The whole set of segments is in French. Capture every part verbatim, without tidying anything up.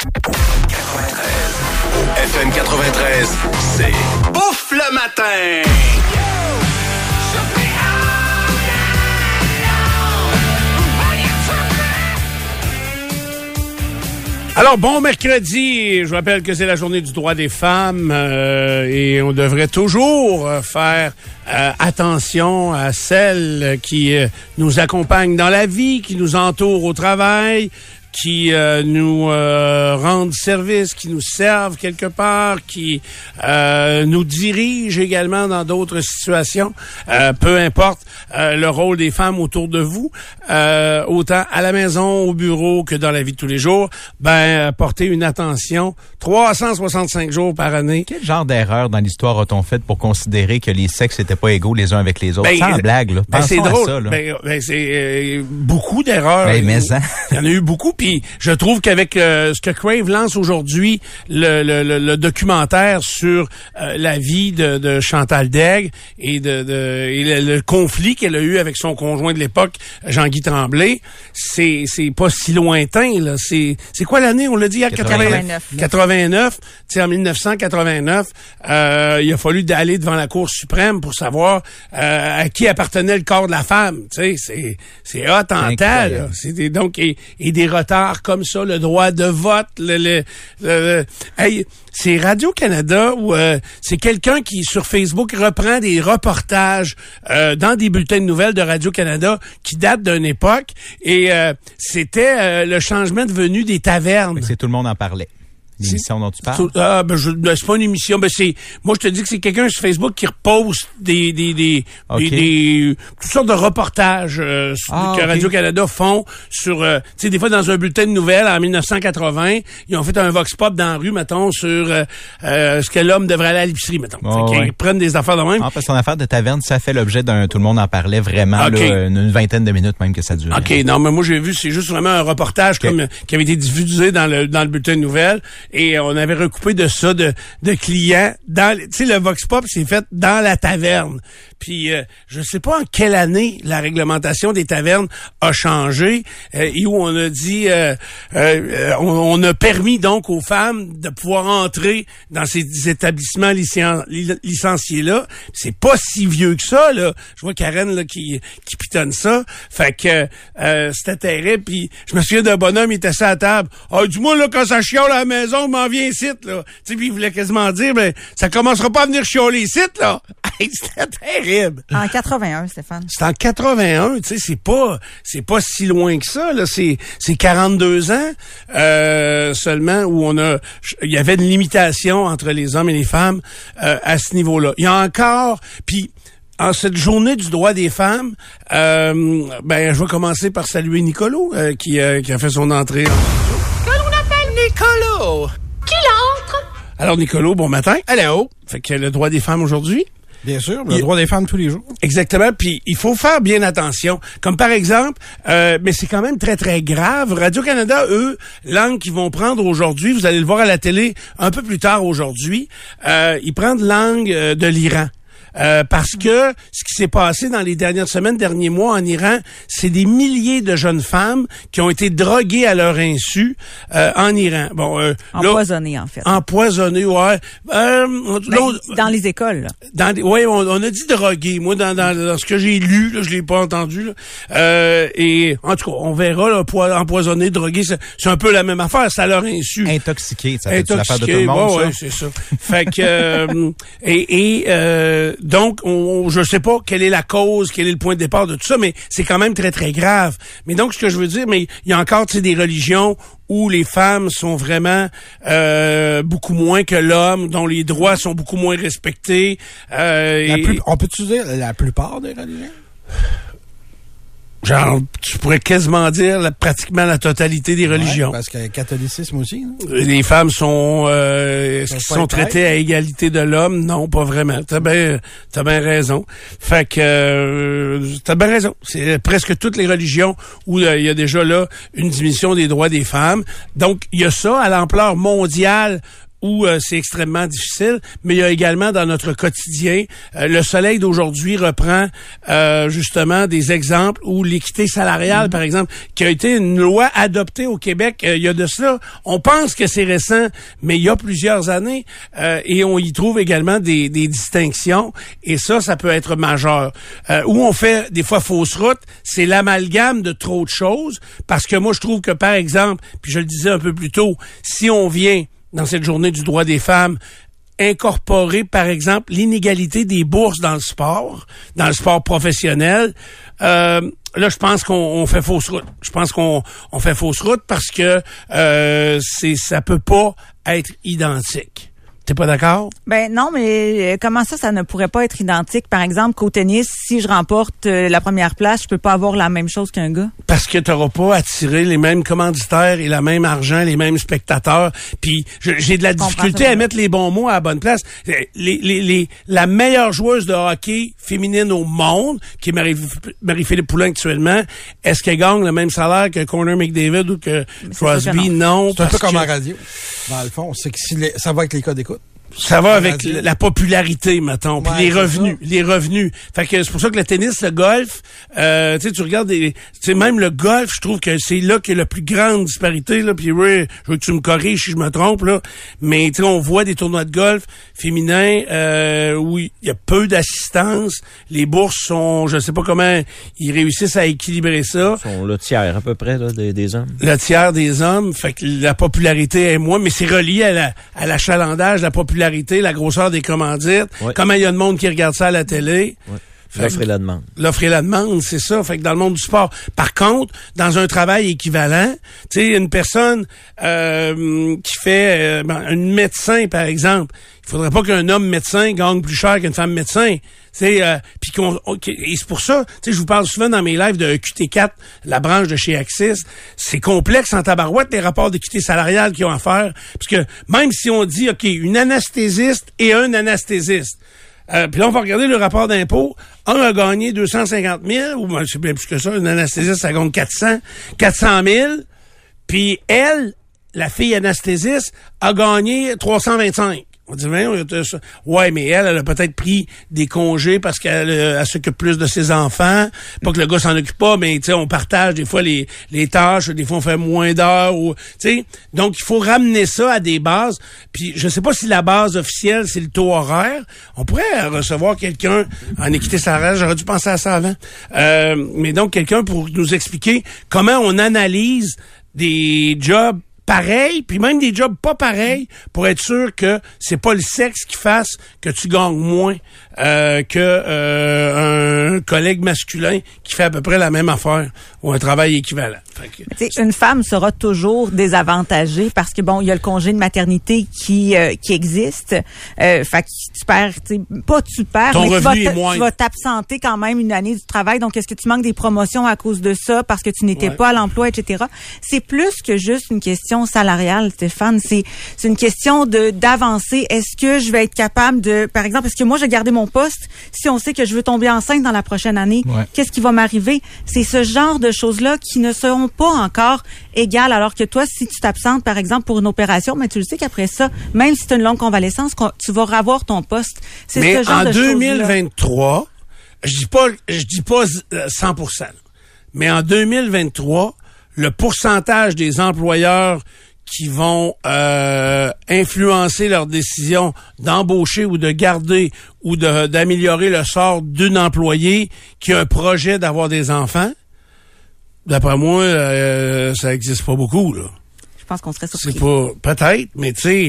quatre-vingt-treize. F M quatre-vingt-treize, c'est Bouffe le matin! Alors, bon mercredi, je vous rappelle que c'est la journée du droit des femmes euh, et on devrait toujours euh, faire euh, attention à celles qui euh, nous accompagnent dans la vie, qui nous entourent au travail, qui euh, nous euh, rendent service, qui nous servent quelque part, qui euh, nous dirigent également dans d'autres situations. Euh, peu importe euh, le rôle des femmes autour de vous, euh, autant à la maison, au bureau que dans la vie de tous les jours, ben portez une attention trois cent soixante-cinq jours par année. Quel genre d'erreur dans l'histoire a-t-on fait pour considérer que les sexes n'étaient pas égaux les uns avec les autres? Ben, sans blague, là. Ben, c'est drôle. Ça, là. Ben, ben, c'est euh, beaucoup d'erreurs. Ben, mais ça. Il y en a eu beaucoup. Puis je trouve qu'avec euh, ce que Crave lance aujourd'hui, le, le, le, le documentaire sur euh, la vie de, de Chantal Daigle et de, de et le, le conflit qu'elle a eu avec son conjoint de l'époque, Jean-Guy Tremblay, c'est c'est pas si lointain là. C'est c'est quoi l'année? On l'a dit hier, quatre-vingt-neuf. quatre-vingt-neuf. Tu sais, en dix-neuf cent quatre-vingt-neuf, euh, il a fallu aller devant la Cour suprême pour savoir euh, à qui appartenait le corps de la femme. Tu sais, c'est c'est hot en temps. Là. C'est des, donc et, et des retards comme ça, le droit de vote, le, le, le, le hey, c'est Radio-Canada où euh, c'est quelqu'un qui, sur Facebook, reprend des reportages euh, dans des bulletins de nouvelles de Radio-Canada qui datent d'une époque et euh, c'était euh, le changement de venue des tavernes. C'est tout le monde en parlait. L'émission dont tu parles? Ah, ben, je, ben, c'est pas une émission, ben, c'est, moi, je te dis que c'est quelqu'un sur Facebook qui reposte des, des, des, okay. des, des, toutes sortes de reportages, euh, ah, que okay. Radio-Canada font sur, euh, tu sais, des fois, dans un bulletin de nouvelles, en dix-neuf cent quatre-vingts, ils ont fait un vox pop dans la rue, mettons, sur, euh, euh ce que l'homme devrait aller à l'épicerie, mettons. Oh, fait ouais. Ils prennent des affaires de même. Ah, parce que son affaire de taverne, ça fait l'objet d'un, tout le monde en parlait vraiment, okay. là, une, une vingtaine de minutes même que ça dure. OK, non, mais moi, j'ai vu, c'est juste vraiment un reportage okay. comme, qui avait été diffusé dans le, dans le bulletin de nouvelles. Et on avait recoupé de ça, de, de clients. Dans, tu sais, le Vox Pop, c'est fait dans la taverne. Puis, euh, je sais pas en quelle année la réglementation des tavernes a changé euh, et où on a dit, euh, euh, on, on a permis donc aux femmes de pouvoir entrer dans ces établissements licen, licenciés-là. C'est pas si vieux que ça, là. Je vois Karen là qui, qui pitonne ça. Fait que euh, c'était terrible. Puis, je me souviens d'un bonhomme, il était assis à la table. Ah, oh, dis-moi, là, quand ça chiale à la maison, m'en viens ici, là. Tu sais, puis il voulait quasiment dire, ben, ça commencera pas à venir chialer ici, là. C'était terrible. En quatre-vingt-un, Stéphane. C'est en quatre-vingt-un, tu sais, c'est pas, c'est pas si loin que ça, là. C'est, c'est quarante-deux ans, euh, seulement où on a, il y avait une limitation entre les hommes et les femmes, euh, à ce niveau-là. Il y a encore, puis, en cette journée du droit des femmes, euh, ben, je vais commencer par saluer Nicolo, euh, qui, euh, qui a fait son entrée. Que l'on appelle Nicolo. Qui entre? Alors, Nicolo, bon matin. Hello. Fait que le droit des femmes aujourd'hui. Bien sûr, le il... droit des femmes tous les jours. Exactement, puis il faut faire bien attention. Comme par exemple, euh, mais c'est quand même très, très grave. Radio-Canada, eux, l'angle qu'ils vont prendre aujourd'hui, vous allez le voir à la télé un peu plus tard aujourd'hui, euh, ils prennent l'angle euh, de l'Iran. Euh, parce que ce qui s'est passé dans les dernières semaines, derniers mois en Iran, c'est des milliers de jeunes femmes qui ont été droguées à leur insu euh, en Iran. Bon, euh, empoisonnées en fait. Empoisonnées, ouais. Euh, ben, on, dans les écoles. Là. Dans, ouais, on, on a dit droguées. Moi, dans, dans, dans ce que j'ai lu, là, je l'ai pas entendu. Là. Euh, et en tout cas, on verra là, empoisonné, drogué, c'est, c'est un peu la même affaire. C'est à leur insu. Intoxiqué, ça fait l'affaire de tout le monde. Ouais, ouais, c'est ça. Fait que euh, et, et euh, donc, on, on, je sais pas quelle est la cause, quel est le point de départ de tout ça, mais c'est quand même très, très grave. Mais donc, ce que je veux dire, mais il y a encore, tu sais, des religions où les femmes sont vraiment euh, beaucoup moins que l'homme, dont les droits sont beaucoup moins respectés. Euh, la et, plus, on peut-tu dire la plupart des religions? Genre, tu pourrais quasiment dire la, pratiquement la totalité des religions. Ouais, parce que le catholicisme aussi. Hein? Les femmes sont, euh, est-ce qu'ils sont traitées à égalité de l'homme? Non, pas vraiment. T'as bien, t'as bien raison. Fait que, euh, t'as bien raison. C'est presque toutes les religions où il euh, y a déjà là une diminution des droits des femmes. Donc, il y a ça à l'ampleur mondiale où euh, c'est extrêmement difficile, mais il y a également dans notre quotidien, euh, le soleil d'aujourd'hui reprend euh, justement des exemples où l'équité salariale, mmh. par exemple, qui a été une loi adoptée au Québec euh, il y a de cela. On pense que c'est récent, mais il y a plusieurs années, euh, et on y trouve également des, des distinctions, et ça, ça peut être majeur. Euh, où on fait des fois fausse route, c'est l'amalgame de trop de choses, parce que moi, je trouve que, par exemple, puis je le disais un peu plus tôt, si on vient, dans cette journée du droit des femmes, incorporer, par exemple, l'inégalité des bourses dans le sport, dans le sport professionnel, euh, là, je pense qu'on on fait fausse route. Je pense qu'on on fait fausse route parce que euh, c'est ça peut pas être identique. T'es pas d'accord? Ben non, mais comment ça, ça ne pourrait pas être identique? Par exemple, qu'au tennis, si je remporte euh, la première place, je peux pas avoir la même chose qu'un gars? Parce que t'auras pas attiré les mêmes commanditaires et le même argent, les mêmes spectateurs. Puis j'ai de la difficulté à mettre les bons mots à la bonne place. Les, les, les, la meilleure joueuse de hockey féminine au monde, qui est Marie, Marie-Philippe Poulin actuellement, est-ce qu'elle gagne le même salaire que Connor McDavid ou que Crosby? Non. C'est un peu comme en radio. Dans le fond, c'est que si les, ça va avec les cas d'écoute. Ça va avec la, la popularité, mettons, puis ouais, les revenus, ça. les revenus. Fait que c'est pour ça que le tennis, le golf, euh, tu sais, tu regardes des, tu sais, même le golf, je trouve que c'est là qu'il y a la plus grande disparité, là, puis oui, je veux que tu me corriges si je me trompe, là, mais tu sais, on voit des tournois de golf féminins, euh, où il y a peu d'assistance, les bourses sont, je sais pas comment ils réussissent à équilibrer ça. Ils sont le tiers, à peu près, là, des, des hommes. Le tiers des hommes, fait que la popularité est moins, mais c'est relié à la, à l'achalandage, la popularité, la grosseur des commandites, ouais. comment il y a de monde qui regarde ça à la télé. Ouais. L'offre et la demande. L'offre et la demande, c'est ça. Fait que dans le monde du sport. Par contre, dans un travail équivalent, tu sais, une personne euh, qui fait, euh, ben, un médecin, par exemple, il faudrait pas qu'un homme médecin gagne plus cher qu'une femme médecin. C'est euh, puis qu'on okay, et c'est pour ça, tu sais, je vous parle souvent dans mes lives de Q T quatre, la branche de chez Axis. C'est complexe en tabarouette les rapports d'équité salariale qu'ils ont à faire, parce que même si on dit ok, une anesthésiste et un anesthésiste. Euh, puis là, on va regarder le rapport d'impôt. Un a gagné deux cent cinquante mille, ou ben, c'est bien plus que ça. Une anesthésiste, ça gagne quatre cents, quatre cent mille. Puis elle, la fille anesthésiste, a gagné trois cent vingt-cinq. On dit, ouais, mais elle, elle a peut-être pris des congés parce qu'elle elle s'occupe plus de ses enfants. Pas que le gars s'en occupe pas, mais tu sais, on partage des fois les, les tâches, des fois on fait moins d'heures, ou tu sais. Donc, il faut ramener ça à des bases. Puis, je sais pas si la base officielle, c'est le taux horaire. On pourrait recevoir quelqu'un en équité salariale. J'aurais dû penser à ça avant. Euh, mais donc, quelqu'un pour nous expliquer comment on analyse des jobs pareil, puis même des jobs pas pareils, pour être sûr que c'est pas le sexe qui fasse que tu gagnes moins euh, que euh, un collègue masculin qui fait à peu près la même affaire ou un travail équivalent. Fait que, une femme sera toujours désavantagée parce que bon, il y a le congé de maternité qui euh, qui existe. Euh, fait que tu perds, tu sais, pas tu perds, ton mais tu vas, tu vas t'absenter quand même une année du travail. Donc, est-ce que tu manques des promotions à cause de ça parce que tu n'étais ouais. pas à l'emploi, et cetera. C'est plus que juste une question salariale, Stéphane. C'est c'est une question de d'avancer. Est-ce que je vais être capable de, par exemple, est-ce que moi je vais garder mon poste si on sait que je veux tomber enceinte dans la prochaine année? Ouais. Qu'est-ce qui va m'arriver? C'est ce genre de choses-là qui ne seront pas encore égales. Alors que toi, si tu t'absentes, par exemple, pour une opération, mais tu le sais qu'après ça, même si tu as une longue convalescence, tu vas revoir ton poste. C'est mais ce genre de choses-là. Mais en deux mille vingt-trois, je dis pas, je dis pas cent pour cent, mais en deux mille vingt-trois, le pourcentage des employeurs qui vont euh, influencer leur décision d'embaucher ou de garder ou de, d'améliorer le sort d'une employée qui a un projet d'avoir des enfants, d'après moi, euh, ça existe pas beaucoup, là. Je pense qu'on serait surpris. C'est pas, peut-être, mais tu sais,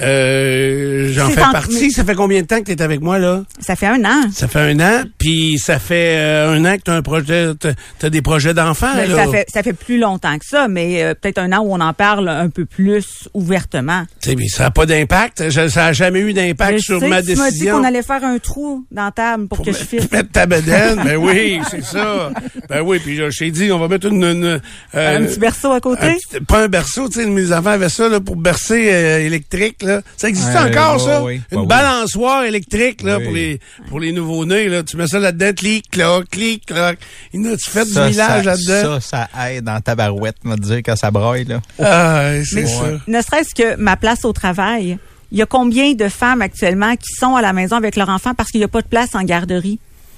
euh, j'en c'est fais en, partie. Ça fait combien de temps que t'es avec moi, là? Ça fait un an. Ça fait un an, puis ça fait euh, un an que t'as un projet, t'as, t'as des projets d'enfants, mais là. Ça fait, ça fait plus longtemps que ça, mais euh, peut-être un an où on en parle un peu plus ouvertement. Tu sais, mais ça n'a pas d'impact. Je, ça a jamais eu d'impact je sur sais, ma tu décision. Tu m'as dit qu'on allait faire un trou dans la table pour, pour que je file. Mettre ta bedaine, ben oui, c'est ça. Ben oui, puis je t'ai dit, on va mettre une... une euh, un petit berceau à côté? Un petit, pas un berceau, tu sais, mes enfants avaient ça là, pour bercer euh, électrique. Là. Ça existe euh, encore, oh, ça? Oui. Une bah, balançoire oui. électrique là, oui. pour les pour les nouveaux-nés. Là. Tu mets ça là-dedans, clic, clac, clic, clac. Il a-tu fait ça, du village là-dedans? Ça, ça aide dans ta barouette, me dire, quand ça braille. Là. Ah, c'est mais, ça. Ne serait-ce que ma place au travail, Il y a combien de femmes actuellement qui sont à la maison avec leur enfant parce qu'il n'y a pas de place en garderie?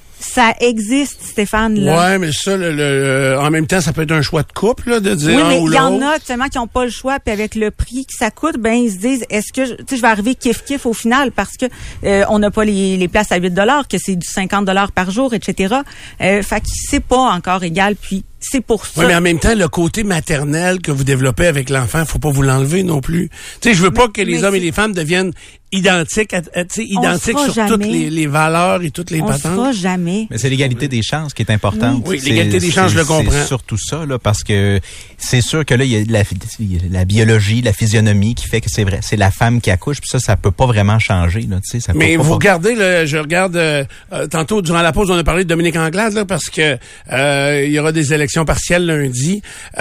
Ça existe, Stéphane. Là. Ouais, mais ça, le, le, en même temps, ça peut être un choix de couple, là, de dire oui, un mais ou il y en l'autre. a actuellement qui n'ont pas le choix, puis avec le prix que ça coûte, ben ils se disent, est-ce que, je, tu sais, je vais arriver kiff kiff au final parce que euh, on n'a pas les, les places à huit dollars, que c'est du cinquante dollars par jour, et cetera. Euh, fait que c'est pas encore égal, puis c'est pour ça. Oui, mais en même temps, le côté maternel que vous développez avec l'enfant, faut pas vous l'enlever non plus. Tu sais, je veux pas que les hommes et les femmes deviennent identiques, à, à, tu sais, identiques sur jamais. toutes les, les valeurs et toutes les on patentes. On sera jamais. Mais c'est l'égalité des chances qui est importante. Oui, oui l'égalité des chances, je le comprends. C'est surtout ça, là, parce que c'est sûr que là, il y a la, la biologie, la physionomie qui fait que c'est vrai, c'est la femme qui accouche, puis ça, ça peut pas vraiment changer, là, tu sais. Ça mais peut vous pas regardez, là, je regarde, euh, euh, tantôt, durant la pause, on a parlé de Dominique Anglade, là, parce que euh, il y aura des élections partielles lundi.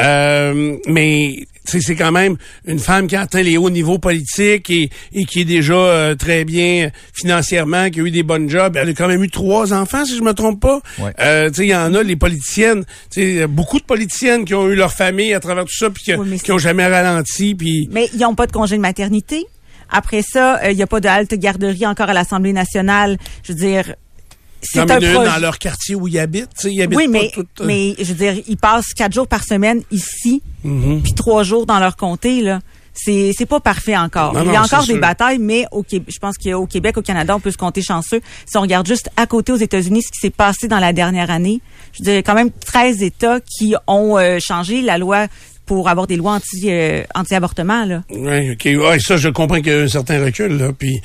Euh, mais c'est quand même une femme qui a atteint les hauts niveaux politiques et, et qui est déjà euh, très bien financièrement, qui a eu des bonnes jobs. Elle a quand même eu trois enfants, si je me trompe pas. Ouais. Euh, tu sais, il y en a, les politiciennes, tu sais, beaucoup de politiciennes qui ont eu leur famille à travers tout ça, puis qui, oui, qui ont jamais ralenti. Puis mais ils n'ont pas de congé de maternité. Après ça, il euh, n'y a pas de halte garderie encore à l'Assemblée nationale. Je veux dire... C'est non, mais un projet... dans leur quartier où ils habitent, tu sais, ils habitent oui, mais, pas tout, euh... mais je veux dire, ils passent quatre jours par semaine ici, mm-hmm. puis trois jours dans leur comté, là. C'est c'est pas parfait encore. Non, il y a non, encore des sûr. batailles, mais au Québec, je pense qu'au Québec, au Canada, on peut se compter chanceux. Si on regarde juste à côté aux États-Unis, ce qui s'est passé dans la dernière année, je veux dire, il y a quand même treize États qui ont euh, changé la loi pour avoir des lois anti euh, anti-avortement, là. Oui, OK. Ouais, ça, je comprends qu'il y a un certain recul, là. Puis,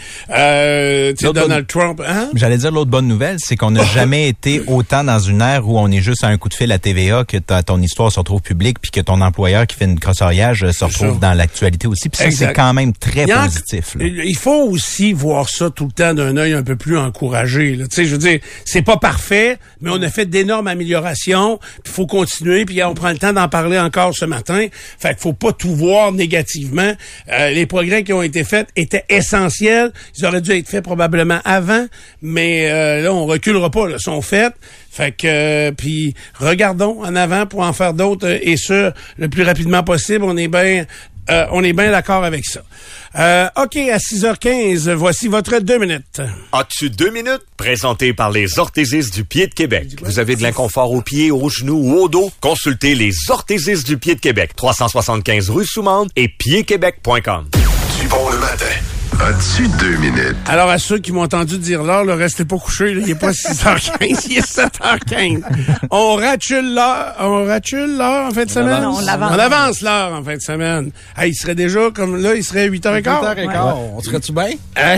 euh, tu sais, Donald bonne... Trump, hein? J'allais dire l'autre bonne nouvelle, c'est qu'on n'a jamais été autant dans une ère où on est juste à un coup de fil à T V A, que ta, ton histoire se retrouve publique, puis que ton employeur qui fait une crossoriage se retrouve ça. Dans l'actualité aussi. Puis ça, c'est quand même très il positif. En, il faut aussi voir ça tout le temps d'un œil un peu plus encouragé, là. Tu sais, je veux dire, c'est pas parfait, mais on a fait d'énormes améliorations, puis il faut continuer, puis on prend le temps d'en parler encore ce matin. Fait qu'il faut pas tout voir négativement. Euh, les progrès qui ont été faits étaient essentiels. Ils auraient dû être faits probablement avant, mais euh, là, on reculera pas. Là, ils sont faits. Fait que, euh, puis regardons en avant pour en faire d'autres, euh, et ce, le plus rapidement possible. On est bien... Euh, on est bien d'accord avec ça. Euh, OK, à six heures quinze, voici votre deux minutes. As-tu deux minutes? Présenté par les orthésistes du pied de Québec. Vous avez de l'inconfort aux pieds, aux genoux ou au dos? Consultez les orthésistes du pied de Québec. trois cent soixante-quinze rue Soumande et pied québec point com. Du bon le matin. As-tu deux minutes? Alors, à ceux qui m'ont entendu dire l'heure, le restez pas couché, là, il est pas six heures quinze, il est sept heures quinze. On ratule l'heure, on ratule l'heure en fin de semaine? Non, on l'avance. On avance l'heure en fin de semaine. Hey, il serait déjà, comme là, il serait huit heures quinze. huit heures quinze, ouais. On serait-tu bien?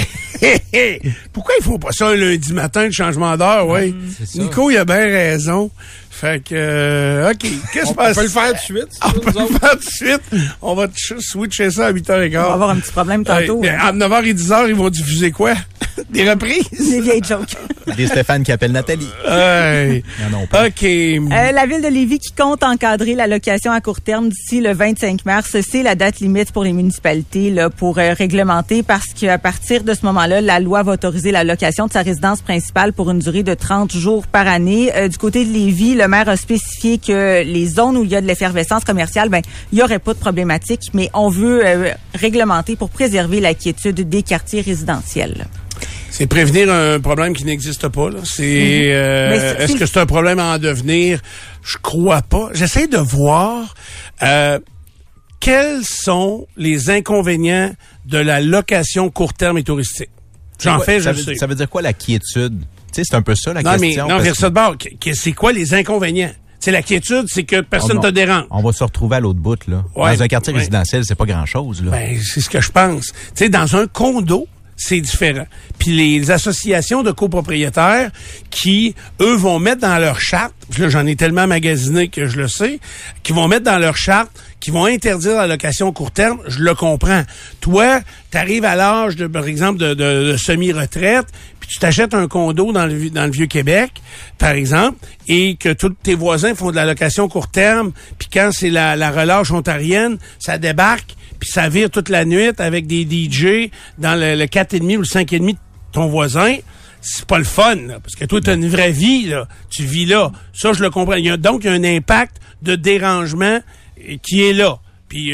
Hey, pourquoi ils font pas ça un lundi matin, le changement d'heure, oui? Mmh, Nico, il a bien raison. Fait que, euh, OK. Qu'est-ce qui se passe? On peut le faire tout de suite. On peut le faire tout de suite. On va switcher ça à huit heures quinze. On va avoir un petit problème tantôt. Ouais, hein. À neuf heures et dix heures, ils vont diffuser quoi? Des reprises? Des vieilles jokes. Des Stéphane qui appellent Nathalie. Hey. Non, non, pas. OK. Euh, la Ville de Lévis qui compte encadrer la location à court terme d'ici le vingt-cinq mars. C'est la date limite pour les municipalités là, pour euh, réglementer parce qu'à partir de ce moment-là, la loi va autoriser la location de sa résidence principale pour une durée de trente jours par année. Euh, du côté de Lévis, le maire a spécifié que les zones où il y a de l'effervescence commerciale, ben il y aurait pas de problématique, mais on veut euh, réglementer pour préserver la quiétude des quartiers résidentiels. C'est prévenir un problème qui n'existe pas. Là. C'est, mm-hmm. euh, est-ce que c'est un problème à en devenir? Je crois pas. J'essaie de voir euh, quels sont les inconvénients de la location court terme et touristique. J'en quoi, fais, je ça sais. Veut, ça veut dire quoi la quiétude? Tu sais, c'est un peu ça la non, question. Mais, non, vers ça de bord. C'est quoi les inconvénients? C'est la quiétude, c'est que personne ne te dérange. On va se retrouver à l'autre bout, là. Ouais, dans un quartier ouais. résidentiel, c'est pas grand-chose, là. Ben, c'est ce que je pense. Tu sais, dans un condo, c'est différent. Puis les associations de copropriétaires qui, eux, vont mettre dans leur charte, là, j'en ai tellement magasiné que je le sais, qui vont mettre dans leur charte, qui vont interdire la location court terme, je le comprends. Toi, t'arrives à l'âge, de, par exemple, de, de, de semi-retraite, puis tu t'achètes un condo dans le, dans le Vieux-Québec, par exemple, et que tous tes voisins font de la location court terme, puis quand c'est la, la relâche ontarienne, ça débarque, puis ça vire toute la nuit avec des D J dans le, le quatre virgule cinq ou le cinq virgule cinq de ton voisin. C'est pas le fun, là, parce que toi, tu as une vraie vie, là. Tu vis là. Ça, je le comprends. Il y a, donc, il y a un impact de dérangement qui est là. Puis, euh,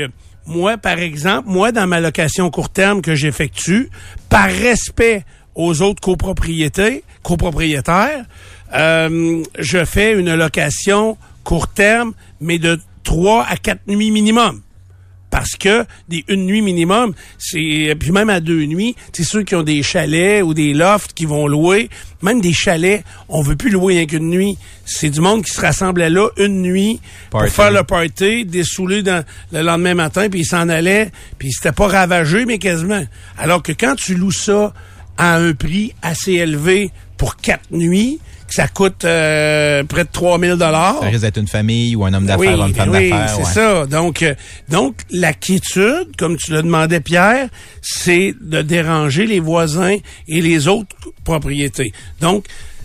moi, par exemple, moi, dans ma location court terme que j'effectue, par respect aux autres copropriétés, copropriétaires, euh, je fais une location court terme, mais de trois à quatre nuits minimum. Parce que des une nuit minimum, c'est puis même à deux nuits, c'est ceux qui ont des chalets ou des lofts qui vont louer, même des chalets, on veut plus louer rien qu'une nuit. C'est du monde qui se rassemblait là une nuit party. Pour faire le party, dessoulé dans le lendemain matin, puis ils s'en allaient, puis c'était pas ravagé mais quasiment. Alors que quand tu loues ça à un prix assez élevé pour quatre nuits, que ça coûte euh, près de trois mille dollars. Ça risque d'être une famille ou un homme d'affaires oui, ou une femme oui, d'affaires. c'est ouais. ça. Donc, euh, donc la quiétude, comme tu le demandais, Pierre, c'est de déranger les voisins et les autres propriétés. Donc,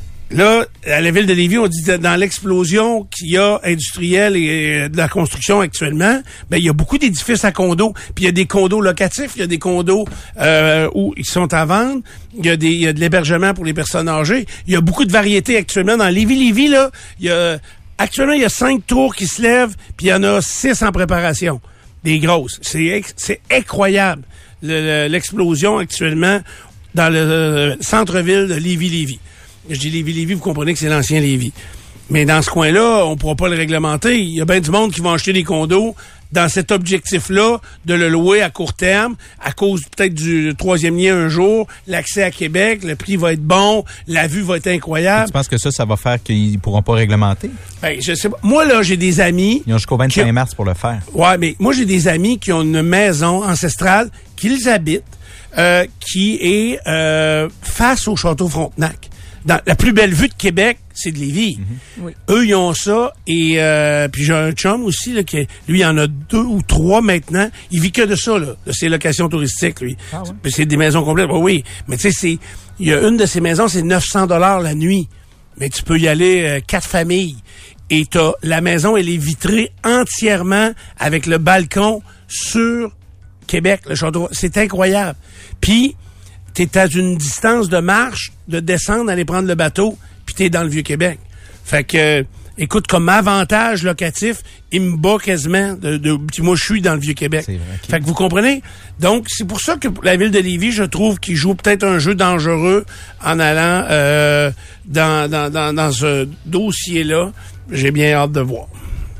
là, à la ville de Lévis, on dit que dans l'explosion qu'il y a industrielle et de la construction actuellement, ben il y a beaucoup d'édifices à condos, puis il y a des condos locatifs, il y a des condos euh, où ils sont à vendre, il y a des il y a de l'hébergement pour les personnes âgées, il y a beaucoup de variétés actuellement dans Lévis. Lévis là, il y a actuellement il y a cinq tours qui se lèvent, puis il y en a six en préparation, des grosses. C'est c'est incroyable le, le, l'explosion actuellement dans le centre-ville de Lévis-Lévis. Je dis Lévis-Lévis, vous comprenez que c'est l'ancien Lévis. Mais dans ce coin-là, on ne pourra pas le réglementer. Il y a bien du monde qui va acheter des condos dans cet objectif-là de le louer à court terme, à cause peut-être du troisième lien un jour, l'accès à Québec, le prix va être bon, la vue va être incroyable. Et tu penses que ça, ça va faire qu'ils ne pourront pas réglementer? Ben, je sais pas. Moi, là, j'ai des amis... Ils ont jusqu'au vingt-cinq mars pour le faire. Ouais, mais moi, j'ai des amis qui ont une maison ancestrale qu'ils habitent, euh, qui est euh, face au Château Frontenac. Dans la plus belle vue de Québec, c'est de Lévis. Mm-hmm. Oui. Eux, ils ont ça. Et euh, puis j'ai un chum aussi, là, qui lui, il en a deux ou trois maintenant. Il vit que de ça, là, de ses locations touristiques, lui. Ah ouais? C'est des maisons complètes. Oh, oui, mais tu sais, c'est il y a une de ces maisons, c'est neuf cents dollars la nuit. Mais tu peux y aller euh, quatre familles. Et t'as la maison, elle est vitrée entièrement avec le balcon sur Québec, le château. C'est incroyable. Puis t'es à une distance de marche, de descendre, aller prendre le bateau, puis t'es dans le Vieux-Québec. Fait que, euh, écoute, comme avantage locatif, il me bat quasiment. De, de, puis moi, je suis dans le Vieux-Québec. C'est vrai, okay. Fait que vous comprenez? Donc, c'est pour ça que la ville de Lévis, je trouve qu'il joue peut-être un jeu dangereux en allant euh, dans, dans, dans, dans ce dossier-là. J'ai bien hâte de voir.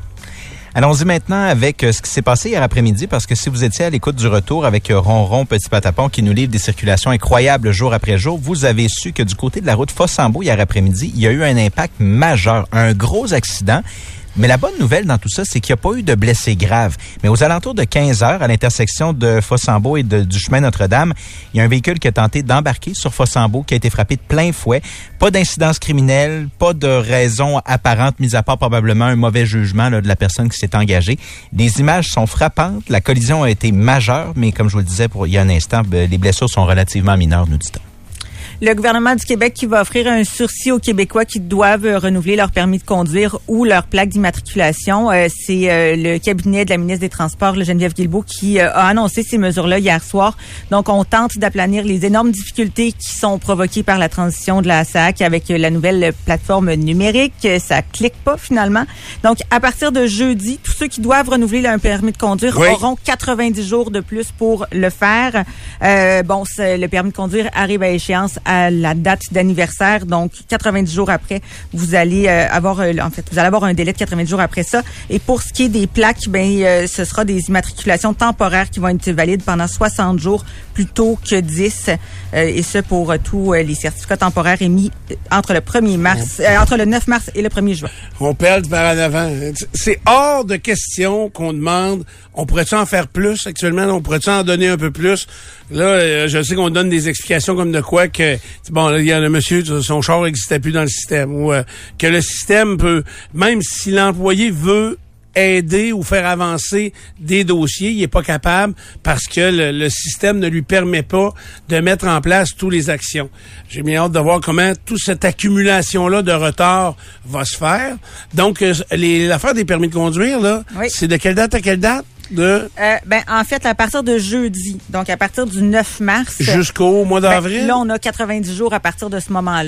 Allons-y maintenant avec ce qui s'est passé hier après-midi, parce que si vous étiez à l'écoute du retour avec Ronron Petit Patapon qui nous livre des circulations incroyables jour après jour, vous avez su que du côté de la route Fossambeau hier après-midi, il y a eu un impact majeur, un gros accident. Mais la bonne nouvelle dans tout ça, c'est qu'il n'y a pas eu de blessés graves. Mais aux alentours de quinze heures, à l'intersection de Fossambeau et de, du chemin Notre-Dame, il y a un véhicule qui a tenté d'embarquer sur Fossambeau, qui a été frappé de plein fouet. Pas d'incidence criminelle, pas de raison apparente, mis à part probablement un mauvais jugement là, de la personne qui s'est engagée. Les images sont frappantes. La collision a été majeure, mais comme je vous le disais pour il y a un instant, les blessures sont relativement mineures, nous dit-on. Le gouvernement du Québec qui va offrir un sursis aux Québécois qui doivent renouveler leur permis de conduire ou leur plaque d'immatriculation. Euh, c'est euh, le cabinet de la ministre des Transports, le Geneviève Guilbeault, qui euh, a annoncé ces mesures-là hier soir. Donc, on tente d'aplanir les énormes difficultés qui sont provoquées par la transition de la S A C avec euh, la nouvelle plateforme numérique. Ça clique pas finalement. Donc, à partir de jeudi, tous ceux qui doivent renouveler leur permis de conduire oui. auront quatre-vingt-dix jours de plus pour le faire. Euh, bon, le permis de conduire arrive à échéance à à la date d'anniversaire, donc quatre-vingt-dix jours après, vous allez euh, avoir, euh, en fait, vous allez avoir un délai de quatre-vingt-dix jours après ça. Et pour ce qui est des plaques, ben, euh, ce sera des immatriculations temporaires qui vont être valides pendant soixante jours plutôt que dix, euh, et ce pour euh, tous euh, les certificats temporaires émis entre le premier mars, euh, entre le neuf mars et le premier juin. On perd par en avant. C'est hors de question qu'on demande, on pourrait-tu en faire plus actuellement? On pourrait-tu en donner un peu plus? Là, euh, je sais qu'on donne des explications comme de quoi que, bon, là, il y a le monsieur, son char n'existait plus dans le système, ou euh, que le système peut, même si l'employé veut aider ou faire avancer des dossiers, il est pas capable parce que le, le système ne lui permet pas de mettre en place toutes les actions. J'ai bien hâte de voir comment toute cette accumulation-là de retard va se faire. Donc, euh, les, l'affaire des permis de conduire, là, oui. c'est de quelle date à quelle date? De... Euh, ben, en fait, à partir de jeudi, donc à partir du neuf mars... Jusqu'au mois d'avril? Ben, là, on a quatre-vingt-dix jours à partir de ce moment-là.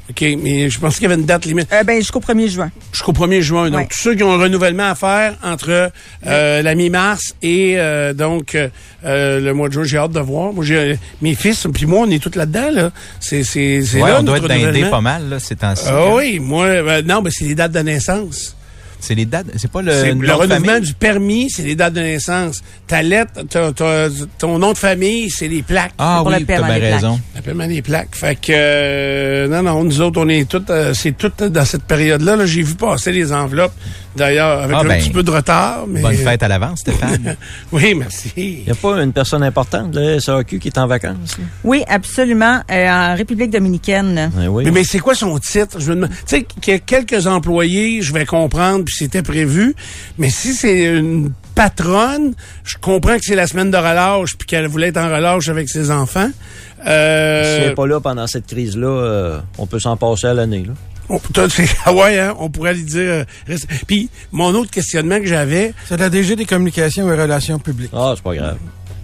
OK, mais je pensais qu'il y avait une date limite. Euh, ben, jusqu'au premier juin. Jusqu'au premier juin. Donc, ouais. tous ceux qui ont un renouvellement à faire entre euh, la mi-mars et euh, donc euh, le mois de juin, j'ai hâte de voir. Moi, j'ai mes fils, puis moi, on est tous là-dedans. Là. C'est, c'est, c'est ouais, là, on doit être notre d'aider pas mal, là, ces temps-ci. Ah euh, oui, moi, euh, non, mais c'est les dates de naissance. C'est les dates, c'est pas le, c'est le renouvellement famille. du permis, c'est les dates de naissance. Ta lettre, ta, ta, ton nom de famille, c'est les plaques. Ah pour oui, t'as bien raison. Le paiement des plaques. Fait que euh, non, non, nous autres, on est tous, euh, c'est tout dans cette période-là. Là, j'ai vu passer les enveloppes. D'ailleurs, avec ah, un ben, petit peu de retard. Mais... Bonne fête à l'avance, Stéphane. Oui, merci. Il n'y a pas une personne importante de la S A Q qui est en vacances? Là? Oui, absolument. Euh, en République dominicaine. Ben oui. Mais, mais c'est quoi son titre? Je me demande. Tu sais, qu'il y a quelques employés, je vais comprendre, puis c'était prévu. Mais si c'est une patronne, je comprends que c'est la semaine de relâche, puis qu'elle voulait être en relâche avec ses enfants. Euh... Si elle n'est pas là pendant cette crise-là, euh, on peut s'en passer à l'année, là. On, ah ouais, hein, on pourrait lui dire. Euh, reste... Puis mon autre questionnement que j'avais, c'est la D G des communications et relations publiques. Ah, c'est pas grave.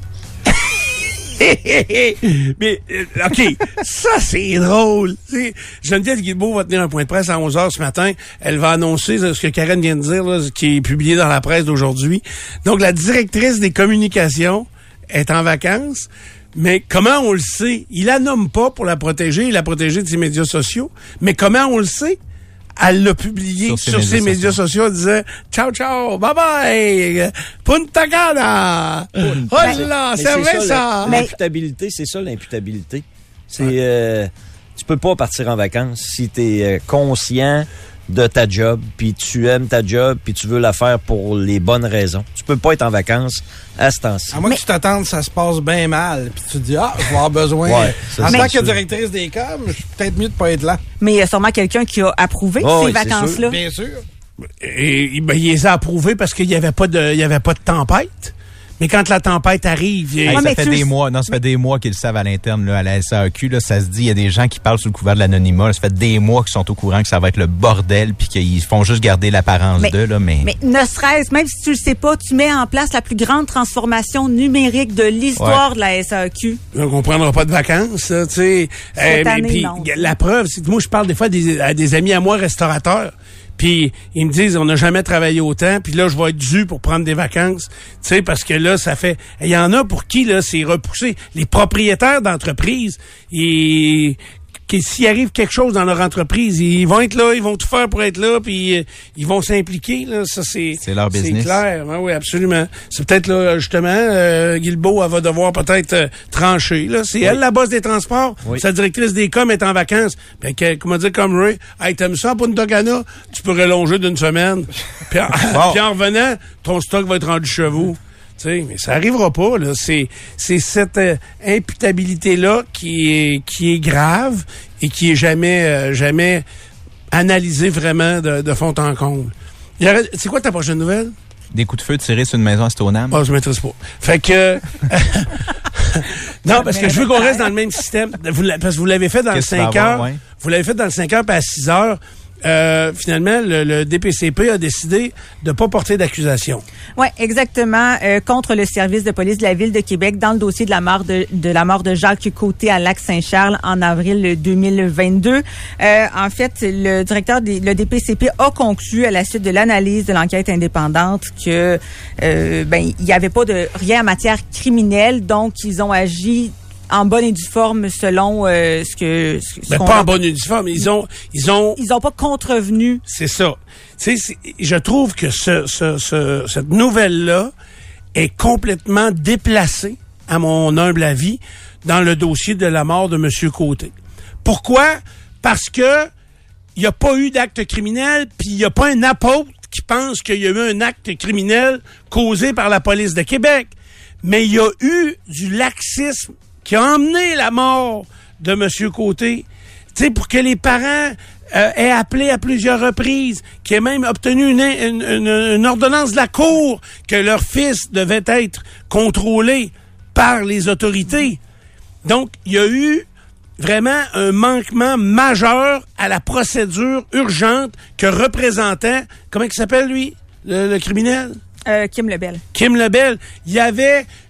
Mais euh, ok, ça c'est drôle. T'sais, Geneviève Guilbeault va tenir un point de presse à onze heures ce matin. Elle va annoncer ce que Karen vient de dire, là, ce qui est publié dans la presse d'aujourd'hui. Donc la directrice des communications est en vacances. Mais comment on le sait? Il la nomme pas pour la protéger et la protéger de ses médias sociaux. Mais comment on le sait? Elle l'a publié sur ses, sur médias, ses médias sociaux. Elle disait « Ciao, ciao, bye-bye, Punta Cana, hola, cerveza. » L'imputabilité, c'est ça l'imputabilité. C'est, ouais. euh, tu peux pas partir en vacances si tu es euh, conscient de ta job, puis tu aimes ta job, puis tu veux la faire pour les bonnes raisons. Tu peux pas être en vacances à ce temps-ci. À moins mais... que tu t'attendes, ça se passe bien mal, puis tu te dis, ah, je vais avoir besoin. Ouais, en tant que directrice des coms, je suis peut-être mieux de pas être là. Mais il y a sûrement quelqu'un qui a approuvé oh, ces oui, vacances-là. Bien sûr. Et, ben, il les a approuvés parce qu'il y avait pas de, il y avait pas de tempête. Mais quand la tempête arrive... Hey, ça fait des mois, non, ça fait des mois qu'ils le savent à l'interne, là, à la S A Q, là, ça se dit, il y a des gens qui parlent sous le couvert de l'anonymat, là, ça fait des mois qu'ils sont au courant que ça va être le bordel, puis qu'ils font juste garder l'apparence d'eux, là, mais... Mais ne serait-ce, même si tu le sais pas, tu mets en place la plus grande transformation numérique de l'histoire ouais. de la S A Q. Donc, on prendra pas de vacances, tu sais. Cette euh, année, puis, non. La preuve, c'est que moi, je parle des fois à des, à des amis à moi restaurateurs. Puis ils me disent, on n'a jamais travaillé autant, puis là, je vais être dû pour prendre des vacances, tu sais, parce que là, ça fait... Il y en a pour qui, là, c'est repoussé. Les propriétaires d'entreprises, ils... s'il arrive quelque chose dans leur entreprise, ils vont être là, ils vont tout faire pour être là, puis euh, ils vont s'impliquer, là. Ça, c'est... C'est leur business. C'est clair, oui, oui, absolument. C'est peut-être, là, justement, euh, Guilbeault, elle va devoir peut-être euh, trancher, là. C'est oui. elle, la boss des transports. Oui. Sa directrice des coms est en vacances. Ben, que, comment dire, comme Ray, hey, t'aimes ça, Punta Cana? Tu peux relonger d'une semaine. Puis en, bon. puis en revenant, ton stock va être rendu chez vous. T'sais, mais ça arrivera pas, là. C'est, c'est cette euh, imputabilité-là qui est, qui est grave et qui est jamais, euh, jamais analysée vraiment de, de fond en comble. C'est quoi ta prochaine nouvelle? Des coups de feu tirés sur une maison à Stoneham. Ah, oh, je maîtrise pas. Fait que... non, parce que je veux qu'on reste dans le même système. Vous parce que vous l'avez fait dans Qu'est-ce le cinq heures. Ouais. Vous l'avez fait dans le cinq heures puis à six heures. Euh, finalement, le, le D P C P a décidé de pas porter d'accusation. Oui, exactement, euh, contre le service de police de la Ville de Québec dans le dossier de la mort de, de la mort de Jacques Côté à Lac-Saint-Charles en avril deux mille vingt-deux. Euh, en fait, le directeur des le D P C P a conclu à la suite de l'analyse de l'enquête indépendante que euh, ben il y avait pas de rien en matière criminelle, donc ils ont agi en bonne et due forme selon euh, ce que ce, ce ben, pas a... en bonne et due forme, ils ont ils ont ils ont pas contrevenu. C'est ça. Tu sais, je trouve que ce, ce, ce cette nouvelle là est complètement déplacée à mon humble avis dans le dossier de la mort de monsieur Côté. Pourquoi? Parce que il y a pas eu d'acte criminel, puis il y a pas un apôtre qui pense qu'il y a eu un acte criminel causé par la police de Québec, mais il y a eu du laxisme qui a emmené la mort de M. Côté, tu sais, pour que les parents euh, aient appelé à plusieurs reprises, qui aient même obtenu une, une, une, une ordonnance de la Cour que leur fils devait être contrôlé par les autorités. Donc, il y a eu vraiment un manquement majeur à la procédure urgente que représentait, comment il s'appelle, lui, le, le criminel? Euh, Kim Lebel. Kim Lebel. Il y avait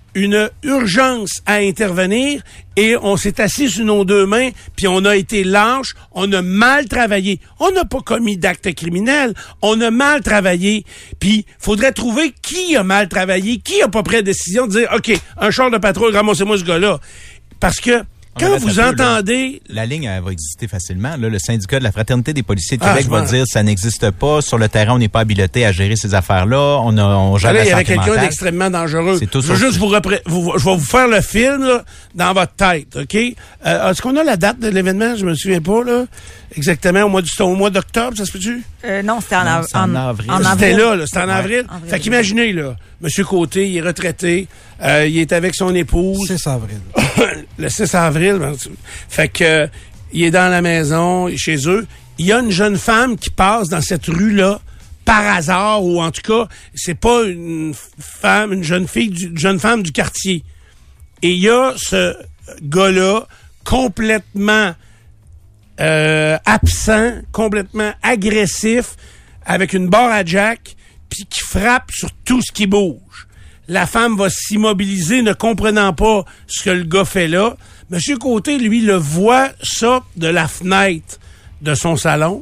une urgence à intervenir et on s'est assis sur nos deux mains puis on a été lâche, on a mal travaillé. On n'a pas commis d'actes criminels, on a mal travaillé. Puis faudrait trouver qui a mal travaillé, qui a pas pris la décision de dire OK, un char de patrouille, ramassez-moi ce gars-là. Parce que quand vous peu, entendez... Là, la ligne, elle va exister facilement. Là, le syndicat de la Fraternité des policiers de Québec ah, va dire ça n'existe pas. Sur le terrain, on n'est pas habilité à gérer ces affaires-là. On, a, on gère là, la santé mentale. Il y avait quelqu'un d'extrêmement dangereux. C'est tout je veux juste vous, repré- vous, je vais vous faire le film là, dans votre tête, OK? Euh, est-ce qu'on a la date de l'événement? Je me souviens pas, là. Exactement, au mois, du, au mois d'octobre, ça se peut-tu? Euh, non, c'était en, av- en, en avril. En c'était avril. là, là c'était en avril. Ouais. avril. Fait qu'imaginez, là, M. Côté, il est retraité, euh, il est avec son épouse. six avril. Le six avril. Ben, fait que euh, il est dans la maison, chez eux. Il y a une jeune femme qui passe dans cette rue-là, par hasard, ou en tout cas, c'est pas une femme, une jeune fille, une jeune femme du quartier. Et il y a ce gars-là, complètement euh, absent, complètement agressif, avec une barre à jack, puis qui frappe sur tout ce qui bouge. La femme va s'immobiliser, ne comprenant pas ce que le gars fait là. Monsieur Côté, lui, le voit ça de la fenêtre de son salon.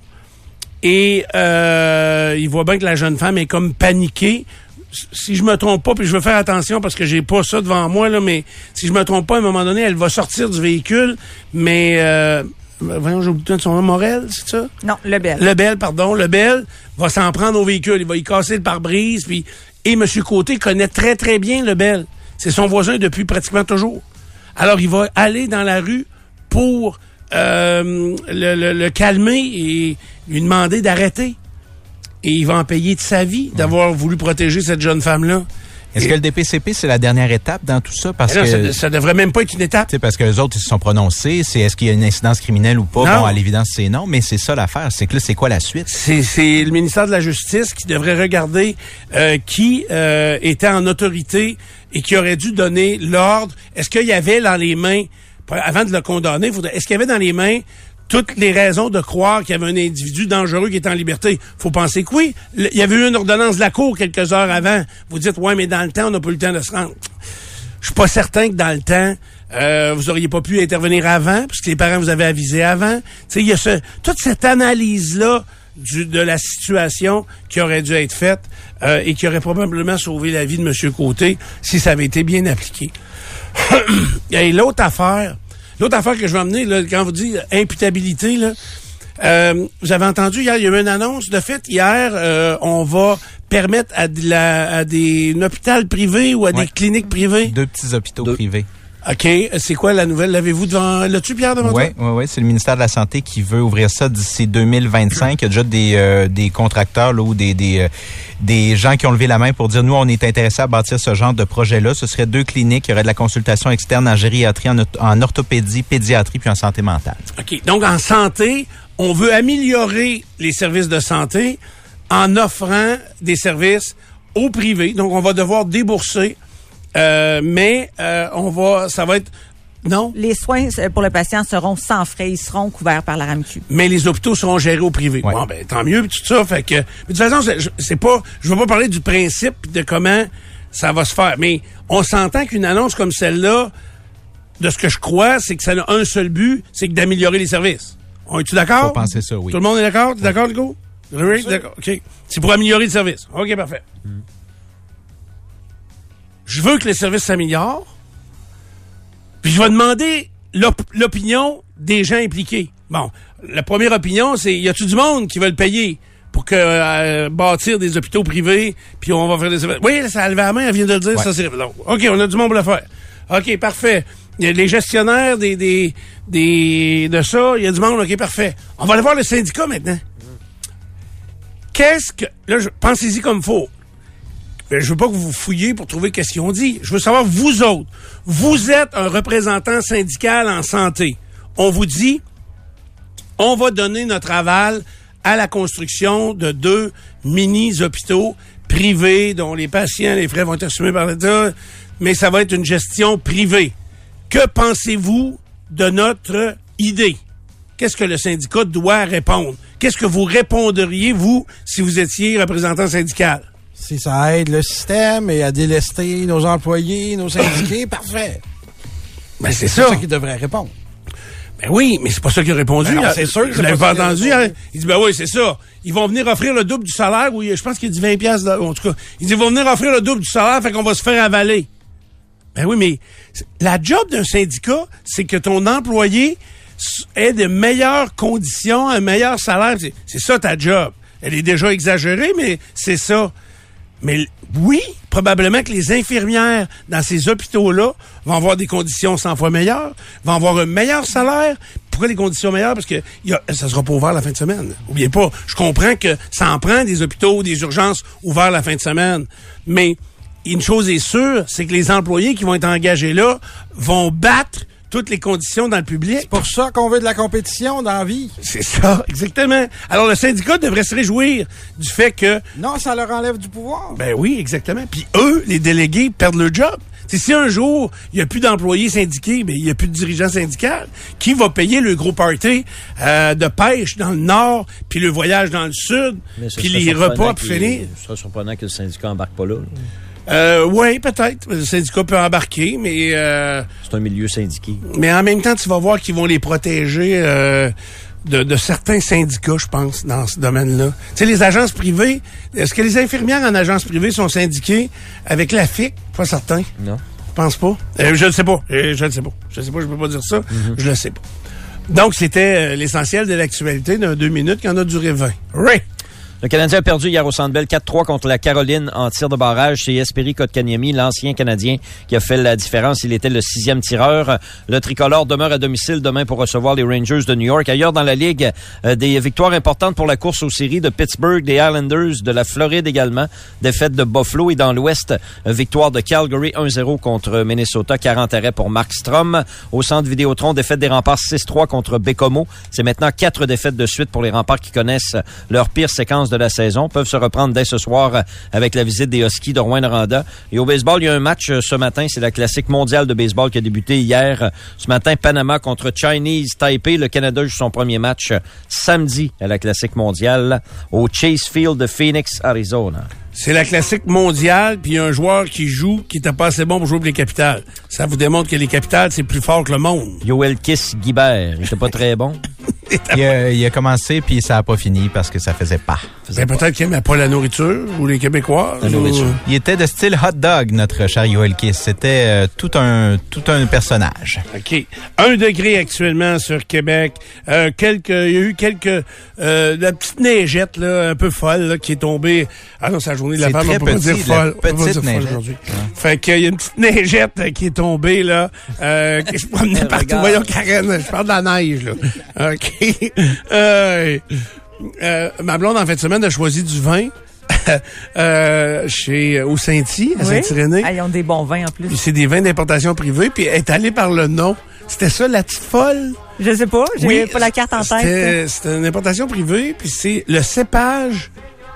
Et euh, il voit bien que la jeune femme est comme paniquée. Si je me trompe pas, puis je veux faire attention parce que j'ai pas ça devant moi, là, mais si je me trompe pas, à un moment donné, elle va sortir du véhicule, mais... Euh, voyons, j'ai oublié son nom, Morel, c'est ça? Non, Lebel. Lebel, pardon. Lebel va s'en prendre au véhicule. Il va y casser le pare-brise, puis... Et M. Côté connaît très, très bien Lebel. C'est son voisin depuis pratiquement toujours. Alors, il va aller dans la rue pour euh, le, le, le calmer et lui demander d'arrêter. Et il va en payer de sa vie d'avoir voulu protéger cette jeune femme-là. Est-ce et... que le D P C P, c'est la dernière étape dans tout ça? Parce non, que ça, ça devrait même pas être une étape. Parce que les autres, ils se sont prononcés. C'est est-ce qu'il y a une incidence criminelle ou pas? Non. Bon, à l'évidence, c'est non. Mais c'est ça l'affaire. C'est que là, c'est quoi la suite? C'est, c'est le ministère de la Justice qui devrait regarder euh, qui euh, était en autorité et qui aurait dû donner l'ordre. Est-ce qu'il y avait dans les mains, avant de le condamner, faudrait, est-ce qu'il y avait dans les mains toutes les raisons de croire qu'il y avait un individu dangereux qui était en liberté? Faut penser que oui. Il y avait eu une ordonnance de la Cour quelques heures avant. Vous dites, ouais, mais dans le temps, on n'a pas eu le temps de se rendre. Je suis pas certain que dans le temps, euh, vous auriez pas pu intervenir avant, parce que les parents vous avaient avisé avant. Tu sais, il y a ce, toute cette analyse-là du, de la situation qui aurait dû être faite euh, et qui aurait probablement sauvé la vie de M. Côté si ça avait été bien appliqué. Et l'autre affaire, L'autre affaire que je vais emmener, là, quand vous dites imputabilité, là, euh, vous avez entendu hier, il y a eu une annonce. De fait, hier, euh, on va permettre à, de la, à des un hôpital privé ou à ouais. des cliniques privées. Deux petits hôpitaux Deux. privés. OK. C'est quoi la nouvelle? L'avez-vous devant... L'as-tu, Pierre, devant ouais, toi? Oui, oui, oui. C'est le ministère de la Santé qui veut ouvrir ça d'ici deux mille vingt-cinq. Il y a déjà des, euh, des contracteurs là, ou des, des, euh, des gens qui ont levé la main pour dire, nous, on est intéressés à bâtir ce genre de projet-là. Ce serait deux cliniques. Il y aurait de la consultation externe en gériatrie, en, en orthopédie, pédiatrie, puis en santé mentale. OK. Donc, en santé, on veut améliorer les services de santé en offrant des services au privé. Donc, on va devoir débourser. Euh, mais euh, on va, ça va être non. Les soins pour le patient seront sans frais, ils seront couverts par la R A M Q. Mais les hôpitaux seront gérés au privé. Ouais. Bon, ben tant mieux, tout ça. Fait que, mais de toute façon, c'est, c'est pas, je veux pas parler du principe de comment ça va se faire. Mais on s'entend qu'une annonce comme celle-là, de ce que je crois, c'est que ça a un seul but, c'est que d'améliorer les services. On est-tu d'accord? Faut penser ça, oui. Tout le monde est d'accord? T'es d'accord, Nico? Oui, d'accord. OK. C'est pour améliorer le service. OK, parfait. Mm. Je veux que les services s'améliorent, puis je vais demander l'op- l'opinion des gens impliqués. Bon, la première opinion, c'est, y a-tu du monde qui veut le payer pour que euh, bâtir des hôpitaux privés, puis on va faire des services? Oui, ça a levé la main, elle vient de le dire, ouais. ça c'est... Donc, OK, on a du monde pour le faire. OK, parfait. Il y a les gestionnaires des, des, des, de ça, il y a du monde, OK, parfait. On va aller voir le syndicat maintenant. Qu'est-ce que... Là, je, pensez-y comme il faut. Ben, je veux pas que vous fouillez pour trouver qu'est-ce qu'ils ont dit. Je veux savoir, vous autres, vous êtes un représentant syndical en santé. On vous dit, on va donner notre aval à la construction de deux mini-hôpitaux privés dont les patients, les frais vont être assumés par l'État, mais ça va être une gestion privée. Que pensez-vous de notre idée? Qu'est-ce que le syndicat doit répondre? Qu'est-ce que vous répondriez, vous, si vous étiez représentant syndical? Si ça aide le système et à délester nos employés, nos syndiqués, parfait. Ben, c'est, c'est ça. ça qu'il devrait répondre. Ben oui, mais c'est pas ça qu'il a répondu. Ben non, c'est sûr que je l'avais pas entendu. Hein? Il dit, ben oui, c'est ça. Ils vont venir offrir le double du salaire, ou je pense qu'il dit vingt piastres, en tout cas. Il dit, ils vont venir offrir le double du salaire, fait qu'on va se faire avaler. Ben oui, mais la job d'un syndicat, c'est que ton employé ait de meilleures conditions, un meilleur salaire. C'est, c'est ça ta job. Elle est déjà exagérée, mais c'est ça. Mais oui, probablement que les infirmières dans ces hôpitaux-là vont avoir des conditions cent fois meilleures, vont avoir un meilleur salaire. Pourquoi des conditions meilleures? Parce que y a, ça sera pas ouvert la fin de semaine. Oubliez pas, je comprends que ça en prend des hôpitaux, des urgences ouverts la fin de semaine. Mais une chose est sûre, c'est que les employés qui vont être engagés là vont battre toutes les conditions dans le public. C'est pour ça qu'on veut de la compétition dans la vie. C'est ça, exactement. Alors, le syndicat devrait se réjouir du fait que... Non, ça leur enlève du pouvoir. Ben oui, exactement. Puis eux, les délégués, perdent leur job. T'sais, si un jour, il n'y a plus d'employés syndiqués, ben il n'y a plus de dirigeants syndicaux, qui va payer le gros party euh, de pêche dans le nord, puis le voyage dans le sud, puis les repas, puis finir? Ce serait surprenant que le syndicat embarque pas là. là. Euh, oui, peut-être. Le syndicat peut embarquer, mais... Euh, c'est un milieu syndiqué. Mais en même temps, tu vas voir qu'ils vont les protéger euh, de, de certains syndicats, je pense, dans ce domaine-là. Tu sais, les agences privées, est-ce que les infirmières en agence privée sont syndiquées avec la F I C? Pas certain. Non. Je pense pas. Euh, je ne sais pas. Euh, je ne sais pas. Je ne sais pas, je peux pas dire ça. Mm-hmm. Je le sais pas. Donc, c'était euh, l'essentiel de l'actualité d'un deux minutes qui en a duré vingt. Ray! Le Canadien a perdu hier au Centre Bell quatre trois contre la Caroline en tir de barrage. C'est Jesperi Kotkaniemi, l'ancien Canadien, qui a fait la différence. Il était le sixième tireur. Le tricolore demeure à domicile demain pour recevoir les Rangers de New York. Ailleurs dans la Ligue, euh, des victoires importantes pour la course aux séries de Pittsburgh, des Islanders, de la Floride également. Défaite de Buffalo et dans l'Ouest, euh, victoire de Calgary un zéro contre Minnesota. quarante arrêts pour Mark Strom. Au Centre Vidéotron, défaite des Remparts six trois contre Bécomo. C'est maintenant quatre défaites de suite pour les Remparts qui connaissent leur pire séquence de la saison, peuvent se reprendre dès ce soir avec la visite des Huskies de Rouyn-Noranda. Et au baseball, il y a un match ce matin, c'est la classique mondiale de baseball qui a débuté hier. Ce matin, Panama contre Chinese Taipei. Le Canada joue son premier match samedi à la classique mondiale au Chase Field de Phoenix, Arizona. C'est la classique mondiale, puis il y a un joueur qui joue qui n'était pas assez bon pour jouer pour les Capitales. Ça vous démontre que les Capitales, c'est plus fort que le monde. Yoel Kiss Guibert, il était pas très bon. il, a, il a commencé, puis ça a pas fini parce que ça faisait pas. Faisait ben, pas. Peut-être qu'il aimait pas la nourriture, ou les Québécois. La nourriture. Ou... Il était de style hot dog, notre cher Yoel Kiss. C'était euh, tout un tout un personnage. OK. Un degré actuellement sur Québec. Euh, quelques, il y a eu quelques... Euh, la petite neigette, là, un peu folle, là, qui est tombée... Ah non, c'est la journée de la femme, on peut pas dire folle. On peut pas dire folle aujourd'hui. Ouais. Fait qu'il y a une petite neigette euh, qui est tombée, là, euh, que je promenais partout. Voyons, Karen, je parle de la neige, là. OK. euh, euh, ma blonde, en fin de semaine, a choisi du vin euh, chez au Saint-Hy, à oui. Saint-Irénée. Ah, ils ont des bons vins, en plus. Puis c'est des vins d'importation privée, puis elle est allée par le nom. C'était ça, la petite folle? Je sais pas, j'ai oui, pas la carte en tête. C'était une importation privée, puis c'est le cépage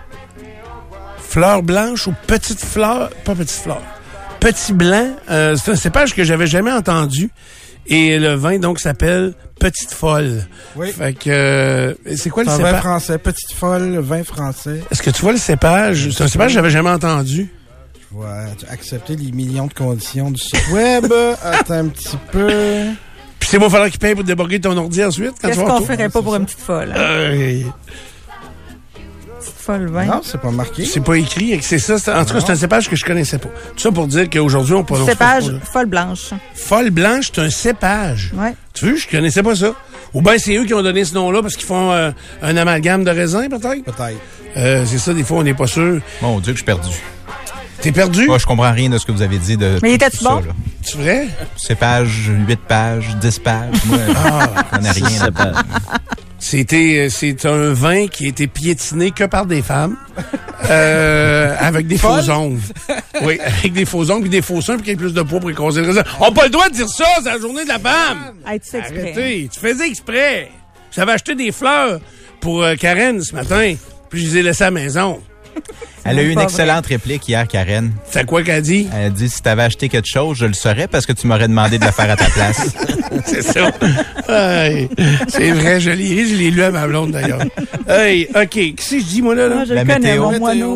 fleur blanche ou petite fleur, pas petite fleur, petit blanc. Euh, c'est un cépage que j'avais jamais entendu. Et le vin, donc, s'appelle Petite Folle. Oui. Fait que, euh, c'est quoi le c'est cépage? Un vin français. Petite Folle, vin français. Est-ce que tu vois le cépage? C'est un cépage que j'avais jamais entendu. Je vois, tu as accepté les millions de conditions du site web. Attends un petit peu. Puis c'est moi, il falloir qu'il paye pour déborder ton ordi ensuite. Qu'est-ce qu'on ferait pas pour une petite folle? Hein? Euh, Folle vin. Non, c'est pas marqué. C'est pas écrit. C'est ça. C'est, en tout cas, c'est un cépage que je connaissais pas. Tout ça pour dire qu'aujourd'hui, on peut... Cépage folle blanche. Folle blanche, c'est un cépage. Ouais. Tu veux, je connaissais pas ça. Ou bien c'est eux qui ont donné ce nom-là parce qu'ils font euh, un amalgame de raisin, peut-être? Peut-être. Euh, c'est ça, des fois, on n'est pas sûr. Mon Dieu, que je suis perdu. T'es perdu? Moi, je comprends rien de ce que vous avez dit de. Mais il était-tu bon? C'est vrai? C'est page, huit pages, dix pages. Moi, ah, je connais rien. C'était, c'est un vin qui a été piétiné que par des femmes, euh, avec des faux ongles. Oui, avec des faux ongles puis des faux seins puis qu'il y ait plus de poids pour écraser le raisin. On n'a pas le droit de dire ça, c'est la journée de la femme! Hey, tu fais exprès. Arrêtez, tu faisais exprès. J'avais acheté des fleurs pour euh, Karen ce matin, puis je les ai laissées à la maison. Elle a eu une excellente vrai. réplique hier, Karen. C'est quoi qu'elle a dit? Elle a dit, si t'avais acheté quelque chose, je le saurais parce que tu m'aurais demandé de le faire à ta place. C'est ça. Hey, c'est vrai, je l'ai, je l'ai lu à ma blonde d'ailleurs. Hey, OK. Qu'est-ce que je dis, moi, là? là? Moi, je La le connais, météo. mon moineau. Hein.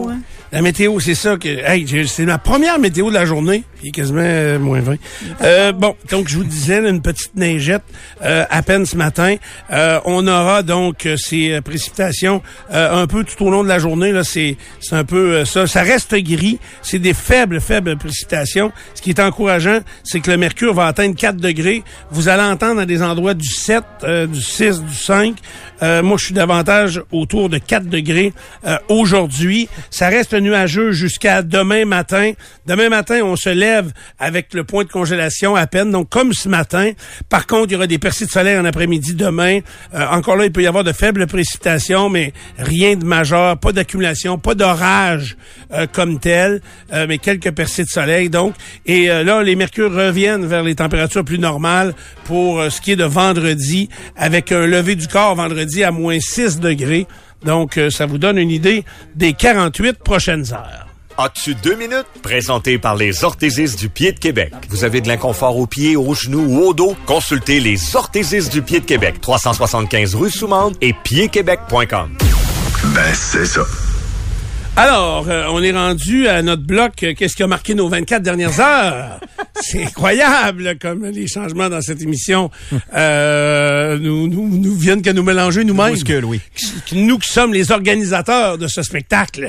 La météo, c'est ça que... Hey, c'est ma première météo de la journée. Il est quasiment euh, moins vingt. Euh, bon, donc je vous disais, là, une petite neigette euh, à peine ce matin. Euh, on aura donc euh, ces euh, précipitations euh, un peu tout au long de la journée. Là, c'est, c'est un peu euh, ça. Ça reste gris. C'est des faibles, faibles précipitations. Ce qui est encourageant, c'est que le mercure va atteindre quatre degrés. Vous allez entendre dans des endroits du sept, euh, du six, du cinq. Euh, moi, je suis davantage autour de quatre degrés euh, aujourd'hui. Ça reste nuageux jusqu'à demain matin. Demain matin, on se lève avec le point de congélation à peine, donc comme ce matin. Par contre, il y aura des percées de soleil en après-midi demain. Euh, encore là, il peut y avoir de faibles précipitations, mais rien de majeur, pas d'accumulation, pas d'orage euh, comme tel, euh, mais quelques percées de soleil. Donc, et euh, là, les mercures reviennent vers les températures plus normales pour euh, ce qui est de vendredi, avec un lever du corps vendredi à moins six degrés. Donc, euh, ça vous donne une idée des quarante-huit prochaines heures. As-tu deux minutes? Présenté par les orthésistes du Pied de Québec. Vous avez de l'inconfort aux pieds, aux genoux ou au dos? Consultez les orthésistes du Pied de Québec. trois cent soixante-quinze rue Soumande et pied québec point com. Ben, c'est ça. Alors, euh, on est rendu à notre bloc euh, qu'est-ce qui a marqué nos vingt-quatre dernières heures? C'est incroyable comme les changements dans cette émission euh, nous, nous, nous viennent qu'à nous mélanger nous-mêmes. Bouscule, oui. Nous qui sommes les organisateurs de ce spectacle.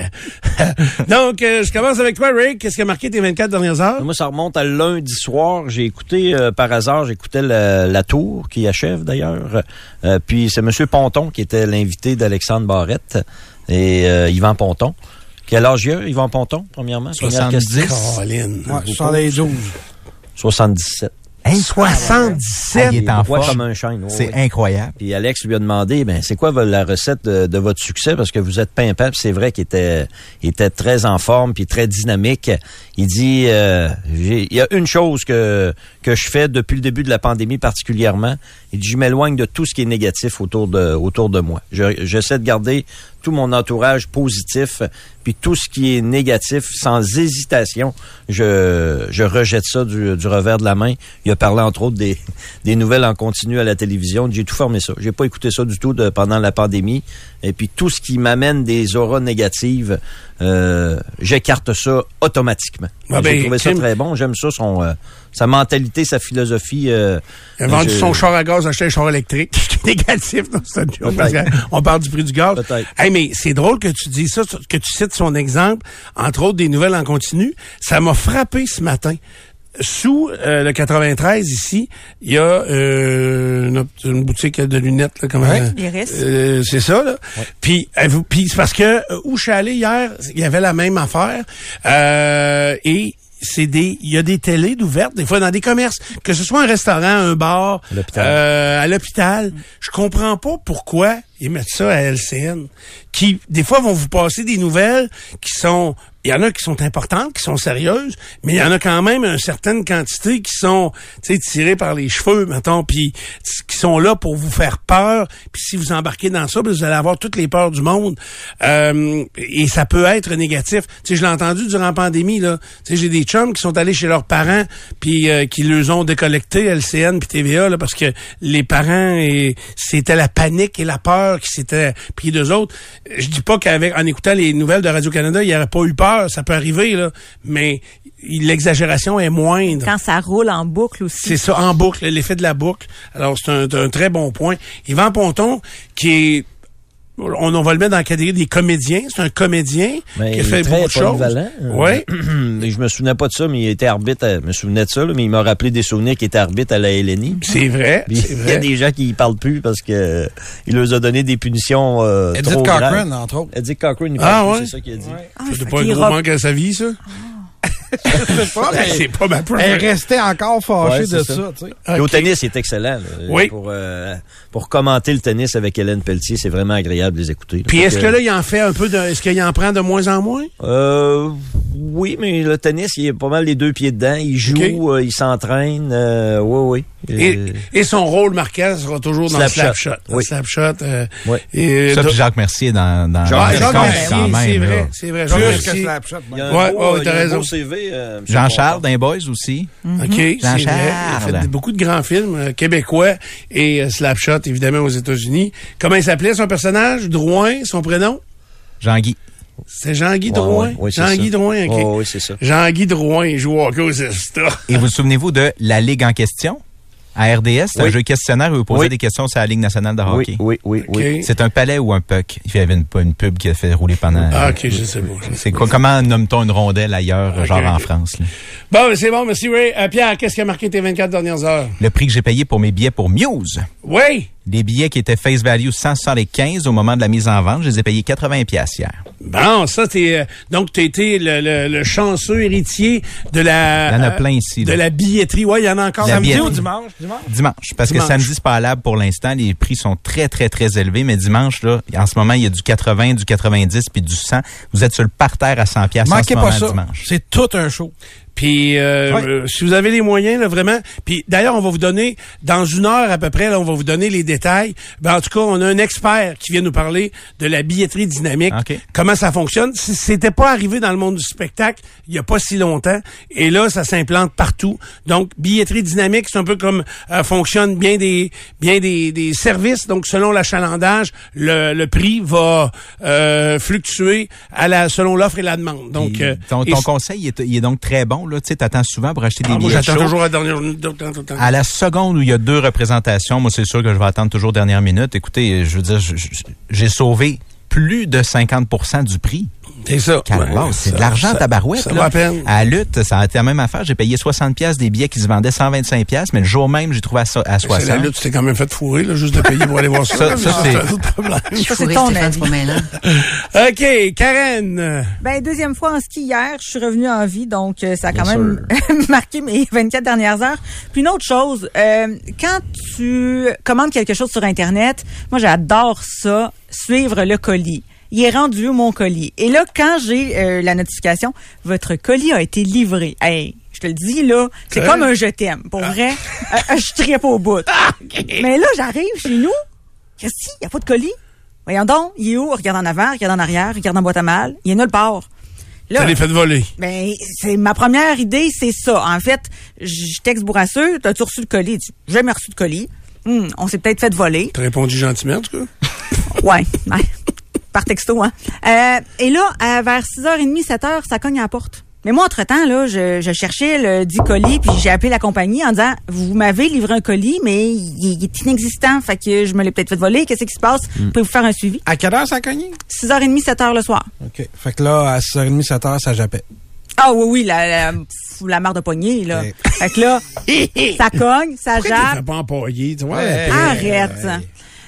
Donc, euh, je commence avec toi, Ray. Qu'est-ce qui a marqué tes vingt-quatre dernières heures? Moi, ça remonte à lundi soir. J'ai écouté, euh, par hasard, j'écoutais la, la Tour, qui achève d'ailleurs. Euh, puis c'est M. Ponton qui était l'invité d'Alexandre Barrette et euh, Yvan Ponton. Quel âge il a, Yvan Ponton, premièrement? soixante-dix. Caroline. Ouais, soixante-douze. soixante-dix-sept. Hey, soixante-dix-sept! Ah, il est en Ouais, forme. comme un chêne. Ouais, C'est ouais. incroyable. Puis Alex lui a demandé, ben c'est quoi la recette de, de votre succès, parce que vous êtes pimpant. Puis c'est vrai qu'il était, il était très en forme puis très dynamique. Il dit, euh, il y a une chose que que je fais depuis le début de la pandémie particulièrement. Il dit, je m'éloigne de tout ce qui est négatif autour de autour de moi. Je, j'essaie de garder tout mon entourage positif, puis tout ce qui est négatif, sans hésitation, je, je rejette ça du, du revers de la main. Il a parlé, entre autres, des, des nouvelles en continu à la télévision. J'ai tout fermé ça. J'ai pas écouté ça du tout de, pendant la pandémie. Et puis, tout ce qui m'amène des auras négatives, euh, j'écarte ça automatiquement. Ah J'ai ben, trouvé ça Kim... très bon. J'aime ça, son, euh, sa mentalité, sa philosophie. Euh, Il a vendu je... son char à gaz, acheté un char électrique. négatif dans cette joke, parce qu'on parle du prix du gaz. Peut-être. Hey, mais c'est drôle que tu dis ça, que tu cites son exemple, entre autres des nouvelles en continu. Ça m'a frappé ce matin. Sous euh, le quatre-vingt-treize, ici, il y a euh, une, une boutique de lunettes. Là, comment, ouais. Iris. Euh, c'est ça, là. Ouais. Puis, euh, puis c'est parce que euh, où je suis allé hier, il y avait la même affaire. Euh, et c'est des, il y a des télés d'ouvertes, des fois dans des commerces, que ce soit un restaurant, un bar, à l'hôpital. Euh, à l'hôpital. Je comprends pas pourquoi ils mettent ça à L C N, qui, des fois, vont vous passer des nouvelles qui sont... Il y en a qui sont importantes, qui sont sérieuses, mais il y en a quand même une certaine quantité qui sont, tu sais, tirées par les cheveux, mettons, puis qui sont là pour vous faire peur. Puis si vous embarquez dans ça, vous allez avoir toutes les peurs du monde. Euh, et ça peut être négatif. Tu sais, je l'ai entendu durant la pandémie, là. Tu sais, j'ai des chums qui sont allés chez leurs parents, puis euh, qui les ont décollectés, L C N puis T V A, là, parce que les parents, et c'était la panique et la peur qui s'étaient pris d'eux autres. Je dis pas qu'avec en écoutant les nouvelles de Radio-Canada, il n'y aurait pas eu peur. Ça peut arriver, là, mais l'exagération est moindre. Quand ça roule en boucle aussi. C'est ça, en boucle, l'effet de la boucle. Alors, c'est un, un très bon point. Yvan Ponton, qui est... On, on va le mettre dans la catégorie des comédiens. C'est un comédien mais qui a fait beaucoup de choses. Oui. Je me souvenais pas de ça, mais il était arbitre. À, je me souvenais de ça, là, mais il m'a rappelé des souvenirs qu'il était arbitre à la L N I. C'est vrai. Il y a des gens qui y parlent plus parce que euh, il leur a donné des punitions euh, Edith trop Cochrane, graves. entre autres. Edith Cochrane, il parle ah, plus, ouais? c'est ça qu'il a dit. Ouais. Ah, c'est pas un gros manque à sa vie, ça? c'est pas, mais c'est pas ma première. Elle restait encore fâchée ouais, de ça. ça, tu sais. Okay. Au tennis, c'est excellent. Là, oui. Pour, euh, pour commenter le tennis avec Hélène Pelletier, c'est vraiment agréable de les écouter. Puis est-ce que, que là, il en fait un peu de... Est-ce qu'il en prend de moins en moins? Euh, oui, mais le tennis, il est pas mal les deux pieds dedans. Il joue, okay. euh, il s'entraîne. Euh, oui, oui. Et, et son rôle marquant sera toujours dans slap le slap shot. shot. Oui. Slap shot. Euh, oui. Et ça, puis Jacques Mercier dans... dans Jacques, Jacques Mercier, quand même, c'est vrai. là. C'est vrai. Jacques Plus Mercier. que slap shot. Il y a un ouais, beau, ouais, t'as il y a raison. un beau C V. Euh, Jean-Charles d'un Boys aussi. Mm-hmm. OK, c'est vrai. Il a fait beaucoup de grands films euh, québécois et euh, Slapshot, évidemment, aux États-Unis. Comment il s'appelait, son personnage? Drouin, son prénom? Jean-Guy. C'est Jean-Guy Ouais, Drouin. ouais, ouais, c'est Jean-Guy ça. Drouin, OK. Ouais, oui, c'est ça. Jean-Guy Drouin, il joue au hockey aux Estas. Et vous souvenez-vous de la Ligue en question? À R D S, c'est oui. un jeu questionnaire où vous posez oui. des questions sur la Ligue nationale de hockey. Oui, oui, oui. Okay. oui. C'est un palais ou un puck? Il y avait une, une pub qui a fait rouler pendant... Ah, OK, je sais pas. Je sais C'est pas. quoi? Comment nomme-t-on une rondelle ailleurs, Okay. genre en France? Là? Bon, c'est bon, merci Ray. Euh, Pierre, qu'est-ce qui a marqué tes vingt-quatre dernières heures? Le prix que j'ai payé pour mes billets pour Muse. Oui! Les billets qui étaient face value cent soixante-quinze au moment de la mise en vente, je les ai payés quatre-vingts piastres hier. Bon, ça, t'es, euh, donc, t'as été le, le, le chanceux héritier de la... Il y en a euh, plein ici. De là. la billetterie. Ouais, il y en a encore. La Samedi billetterie. ou dimanche? Dimanche? Dimanche. Parce Dimanche. que samedi, c'est pas valable pour l'instant. Les prix sont très, très, très élevés. Mais dimanche, là, en ce moment, il y a du quatre-vingts, du quatre-vingt-dix puis du cent. Vous êtes sur le parterre à cent piastres en Manquez ce pas moment ça. dimanche. C'est tout un show. Puis, euh, Ouais. euh, si vous avez les moyens, là, vraiment. Puis, d'ailleurs, on va vous donner, dans une heure à peu près, là, on va vous donner les détails. Ben, en tout cas, on a un expert qui vient nous parler de la billetterie dynamique. Okay. Comment ça fonctionne. C- C'était pas arrivé dans le monde du spectacle il y a pas si longtemps. Et là, ça s'implante partout. Donc, billetterie dynamique, c'est un peu comme euh, fonctionne bien des bien des, des services. Donc, selon l'achalandage, le, le prix va euh, fluctuer à la selon l'offre et la demande. Donc, Puis, euh, ton et ton s- conseil, il est, il est donc très bon. Tu sais, t'attends souvent pour acheter des ah, moi, billets j'attends chauds. toujours la dernière minute. tout le temps, tout le temps. À la seconde où il y a deux représentations, moi, c'est sûr que je vais attendre toujours dernière minute. Écoutez, je veux dire, je- je- j'ai sauvé plus de cinquante pour cent du prix. C'est ça. Carlos, Ouais, c'est ça- de l'argent ça- tabarouette. Ça là. va à peine. À la lutte, ça a été la même affaire. J'ai payé soixante piastres des billets qui se vendaient cent vingt-cinq piastres, mais le jour même, j'ai trouvé à, so- à C'est la soixante. lutte, tu t'es quand même fait fourrer, là, juste de payer pour aller voir ça. Ça- ça, c'est- un autre problème. Ça, c'est Fourré, ton Stéphane, avis. c'est pas mêlant. OK, Karen. Ben, deuxième fois en ski hier, je suis revenue en vie, donc euh, ça a Bien quand même marqué mes vingt-quatre dernières heures. Puis une autre chose, euh, quand tu commandes quelque chose sur Internet, moi j'adore ça, suivre le colis. Il est rendu où mon colis? Et là, quand j'ai euh, la notification, votre colis a été livré. Hey, je te le dis, là, c'est Hein? comme un je t'aime. Pour vrai, euh, je trippe au bout. Mais là, j'arrive chez nous. Qu'est-ce qu'il y a pas de colis? Voyons donc, il est où? Regarde en avant, regarde en arrière, regarde en boîte à mal. Il est nulle part. Là, Ça les fait voler. ben, c'est ma première idée, c'est ça. En fait, je texte Bourrasseux, t'as-tu reçu le colis? Il dit, j'ai jamais reçu de colis. Hum, on s'est peut-être fait voler. T'as répondu gentiment, en tout cas. Ouais, ouais. Par texto, hein. Euh, et là, à, vers six heures trente, sept heures, ça cogne à la porte. Mais moi, entre-temps, là, je, je cherchais le dit colis, puis j'ai appelé la compagnie en disant, vous m'avez livré un colis, mais il, il est inexistant, fait que je me l'ai peut-être fait voler. Qu'est-ce qui se passe? Pouvez-vous faire un suivi? À quelle heure ça a cogné? six heures trente, sept heures le soir. OK. Fait que là, à six heures trente, sept heures, ça jappait. Ah oui, oui, la, la, pff, la marre de poignée, là. Ouais. Fait que là, ça cogne, ça Pourquoi tu jappe. fais pas empailler, tu vois? Ouais. Arrête.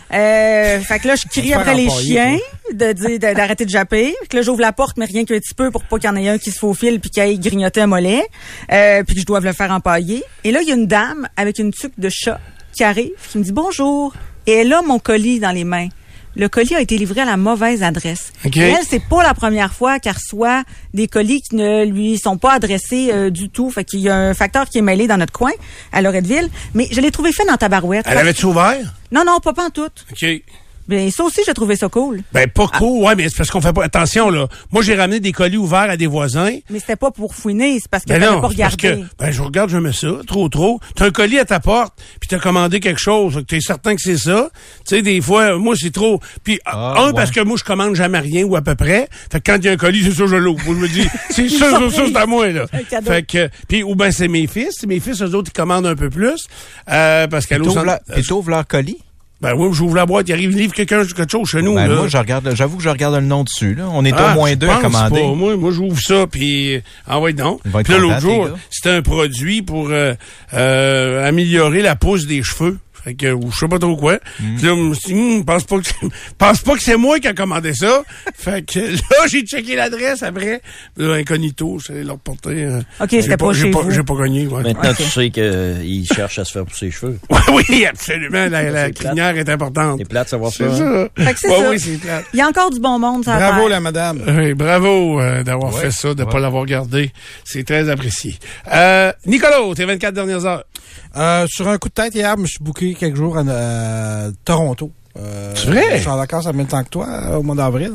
Euh, fait que là, je crie On va après faire les empailler, chiens de dire de- d'arrêter de japper. Fait que là, j'ouvre la porte, mais rien qu'un petit peu pour pas qu'il y en ait un qui se faufile puis qu'il aille grignoter un mollet, euh, puis que je doive le faire empailler. Et là, il y a une dame avec une tuque de chat qui arrive, qui me dit bonjour. Et elle a mon colis dans les mains. Le colis a été livré à la mauvaise adresse. OK. Et elle, c'est pas la première fois qu'elle reçoit des colis qui ne lui sont pas adressés euh, du tout. Fait qu'il y a un facteur qui est mêlé dans notre coin, à Loretteville. Mais je l'ai trouvé fait dans tabarouette. Elle avait-tu ouvert? Non, non, pas pantoute. OK. Ben, ça aussi, j'ai trouvé ça cool. Ben, pas cool, ouais, mais c'est parce qu'on fait pas attention, là. Moi, j'ai ramené des colis ouverts à des voisins. Mais c'était pas pour fouiner, c'est parce que Ben t'avais non, pas c'est parce regardé. que, ben, je regarde, je mets ça, trop, trop. T'as un colis à ta porte, puis t'as commandé quelque chose, fait que t'es certain que c'est ça. Tu sais, des fois, moi, c'est trop. Puis, Ah, un, ouais. parce que moi, je commande jamais rien, ou à peu près. Fait que quand il y a un colis, c'est ça, je l'ouvre. Moi, je me dis, c'est ça, ça, ça, c'est à moi, là. Un cadeau. Fait que, puis, ou ben, c'est mes fils. Mes fils, eux autres, ils commandent un peu plus, euh, parce qu'à l'autre T'ouvres leur- Puis t'ouvres leur colis? ben oui, j'ouvre la boîte, il arrive, il livre quelqu'un quelque chose chez nous, Ben, là. moi, je regarde, j'avoue que je regarde le nom dessus, là. On est Ah, au moins je deux à pense commander. pas. Moi, moi j'ouvre ça, puis ah ouais, non. Ils vont être Puis là, l'autre contents, jour, tes gars. c'était un produit pour euh, euh, améliorer la pousse des cheveux. Fait que, ou je sais pas trop quoi. Mm. Puis là, je me suis dit, Hum, pense pas que c'est- pense pas que c'est moi qui a commandé ça. Fait que là, j'ai checké l'adresse après. Puis là, incognito, j'allais leur porter. euh, OK, j'ai c'était pas j'ai chez pas, vous. j'ai pas gagné, ouais. Maintenant, Ok. tu sais qu'il cherche à se faire pousser les cheveux. Oui, oui, absolument. La, la C'est plate. crinière est importante. C'est plate de savoir ça. C'est hein? ça. Fait que c'est Ouais, ça. oui, c'est plate. Il y a encore du bon monde, ça va Bravo, faire. la madame. Oui, bravo euh, d'avoir Ouais, fait ça, de ne ouais. pas l'avoir gardé. C'est très apprécié. Euh, Nicolas, tes vingt-quatre dernières heures. Euh, sur un coup de tête, hier, je me suis booké quelques jours à euh, Toronto. Euh, C'est vrai? Je suis en vacances en même temps que toi, euh, au mois d'avril.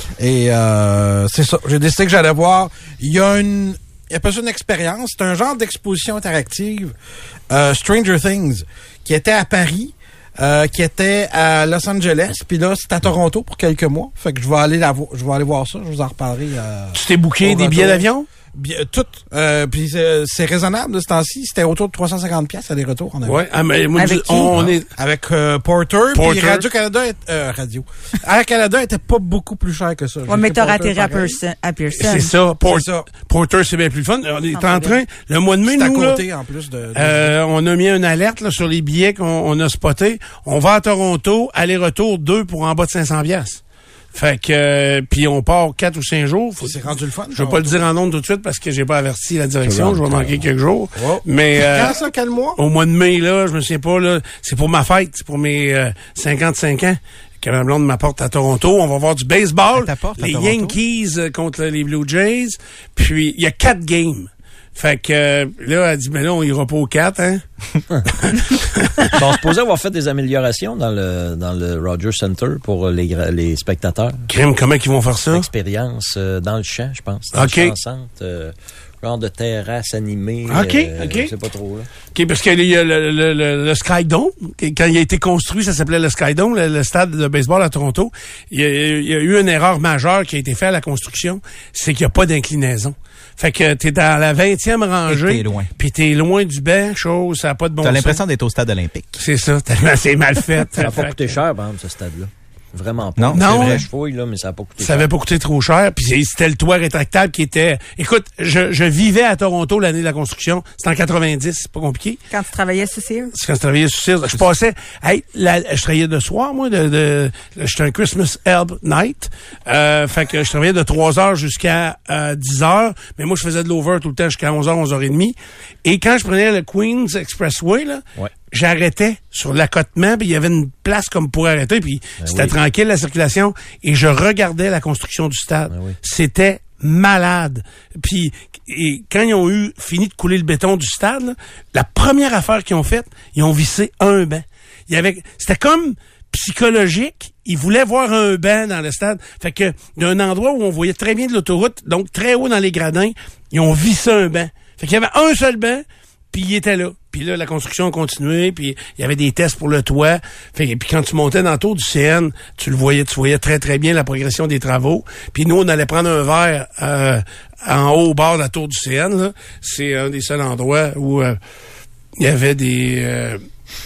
Et euh, c'est ça. J'ai décidé que j'allais voir. Il y a une... Il appelle ça une expérience. C'est un genre d'exposition interactive. Euh, Stranger Things, qui était à Paris. euh, qui était à Los Angeles. Puis là, c'est à Toronto pour quelques mois. Fait que je vais aller la vo- je vais aller voir ça. Je vous en reparlerai. Euh, tu t'es booké des billets d'avion? Bien, tout. Euh, puis c'est, c'est raisonnable de ce temps-ci. C'était autour de trois cent cinquante piastres aller-retour en avion. Ouais, ah, mais moi, Avec nous, qui? on, on est Avec euh, Porter, Porter. puis Radio-Canada, est, euh, Radio. Air Canada était pas beaucoup plus cher que ça. Ouais, J'ai mais pris t'auras Porter atterri à pareil. Pearson. À Pearson. c'est ça, Port- C'est ça. Porter, c'est bien plus fun. On est Ah, en train, le mois de mai, C'est à nous, là, côté, en plus de... de- euh, on a mis une alerte là, sur les billets qu'on on a spotés. On va à Toronto, aller-retour deux pour en bas de cinq cents piastres. Fait que, euh, puis on part quatre ou cinq jours. Faut- C'est rendu le fun. Je vais pas le dire en nombre tout de suite parce que j'ai pas averti la direction. Je vais manquer quelques jours. Oh. Mais euh, Quand ça, quel mois? au mois de mai, là, je me souviens pas, là, c'est pour ma fête, c'est pour mes euh, cinquante-cinq ans. Que ma blonde m'apporte à Toronto. On va voir du baseball. Elle t'apporte à Les Toronto? Yankees euh, contre les Blue Jays. Puis, il y a quatre games. Fait que euh, là, elle dit, mais là, on ira pas aux quatre, hein? On se posait avoir fait des améliorations dans le dans le Rogers Center pour les, gra- les spectateurs. Crime, comment ils vont faire ça? Expérience euh, dans le champ, je pense. Dans OK. le champ centre, euh, genre de terrasse animée. OK, euh, OK. Je sais pas trop, là. OK, parce qu'il y a le, le, le, le Sky Dome. Quand il a été construit, ça s'appelait le Sky Dome, le, le stade de baseball à Toronto. Il y, a, il y a eu une erreur majeure qui a été faite à la construction, c'est qu'il n'y a pas d'inclinaison. Fait que t'es dans la vingtième rangée. Et t'es loin. Puis t'es loin du banc, chose, ça n'a pas de bon T'as sens. l'impression d'être au stade olympique. C'est ça, tellement c'est mal fait. Ça n'a pas Fait coûté que- cher, par exemple, ce stade-là. Vraiment pas. Non, c'est c'est vrai. vrai. Je fouille, là, mais ça n'a pas coûté Ça cher. avait pas coûté trop cher. Puis c'est- c'était le toit rétractable qui était... Écoute, je, je vivais à Toronto l'année de la construction. C'était en quatre-vingt-dix, c'est pas compliqué. Quand tu travaillais sur Sears. C'est quand je travaillais sur Sears. Je passais... Hey, la- je travaillais de soir, moi. de, de J'étais un Christmas Help Night. Euh, fait que je travaillais de trois heures jusqu'à euh, dix heures. Mais moi, je faisais de l'over tout le temps jusqu'à onze heures, onze heures trente. Et quand je prenais le Queens Expressway, là, Ouais. j'arrêtais sur l'accotement, puis il y avait une place comme pour arrêter, puis c'était oui. tranquille la circulation, et je regardais la construction du stade. Ben oui. C'était malade. Puis et quand ils ont eu fini de couler le béton du stade, là, la première affaire qu'ils ont faite, ils ont vissé un banc. Il y avait, c'était comme psychologique. Ils voulaient voir un banc dans le stade. Fait que d'un endroit où on voyait très bien de l'autoroute, donc très haut dans les gradins, ils ont vissé un banc. Fait qu'il y avait un seul banc, puis il était là. Puis là, la construction a continué, puis il y avait des tests pour le toit. Fait que, puis quand tu montais dans le tour du C N, tu le voyais, tu voyais très, très bien la progression des travaux. Puis nous, on allait prendre un verre euh, en haut au bord de la tour du C N. Là. C'est un des seuls endroits où euh, il y avait des... Euh,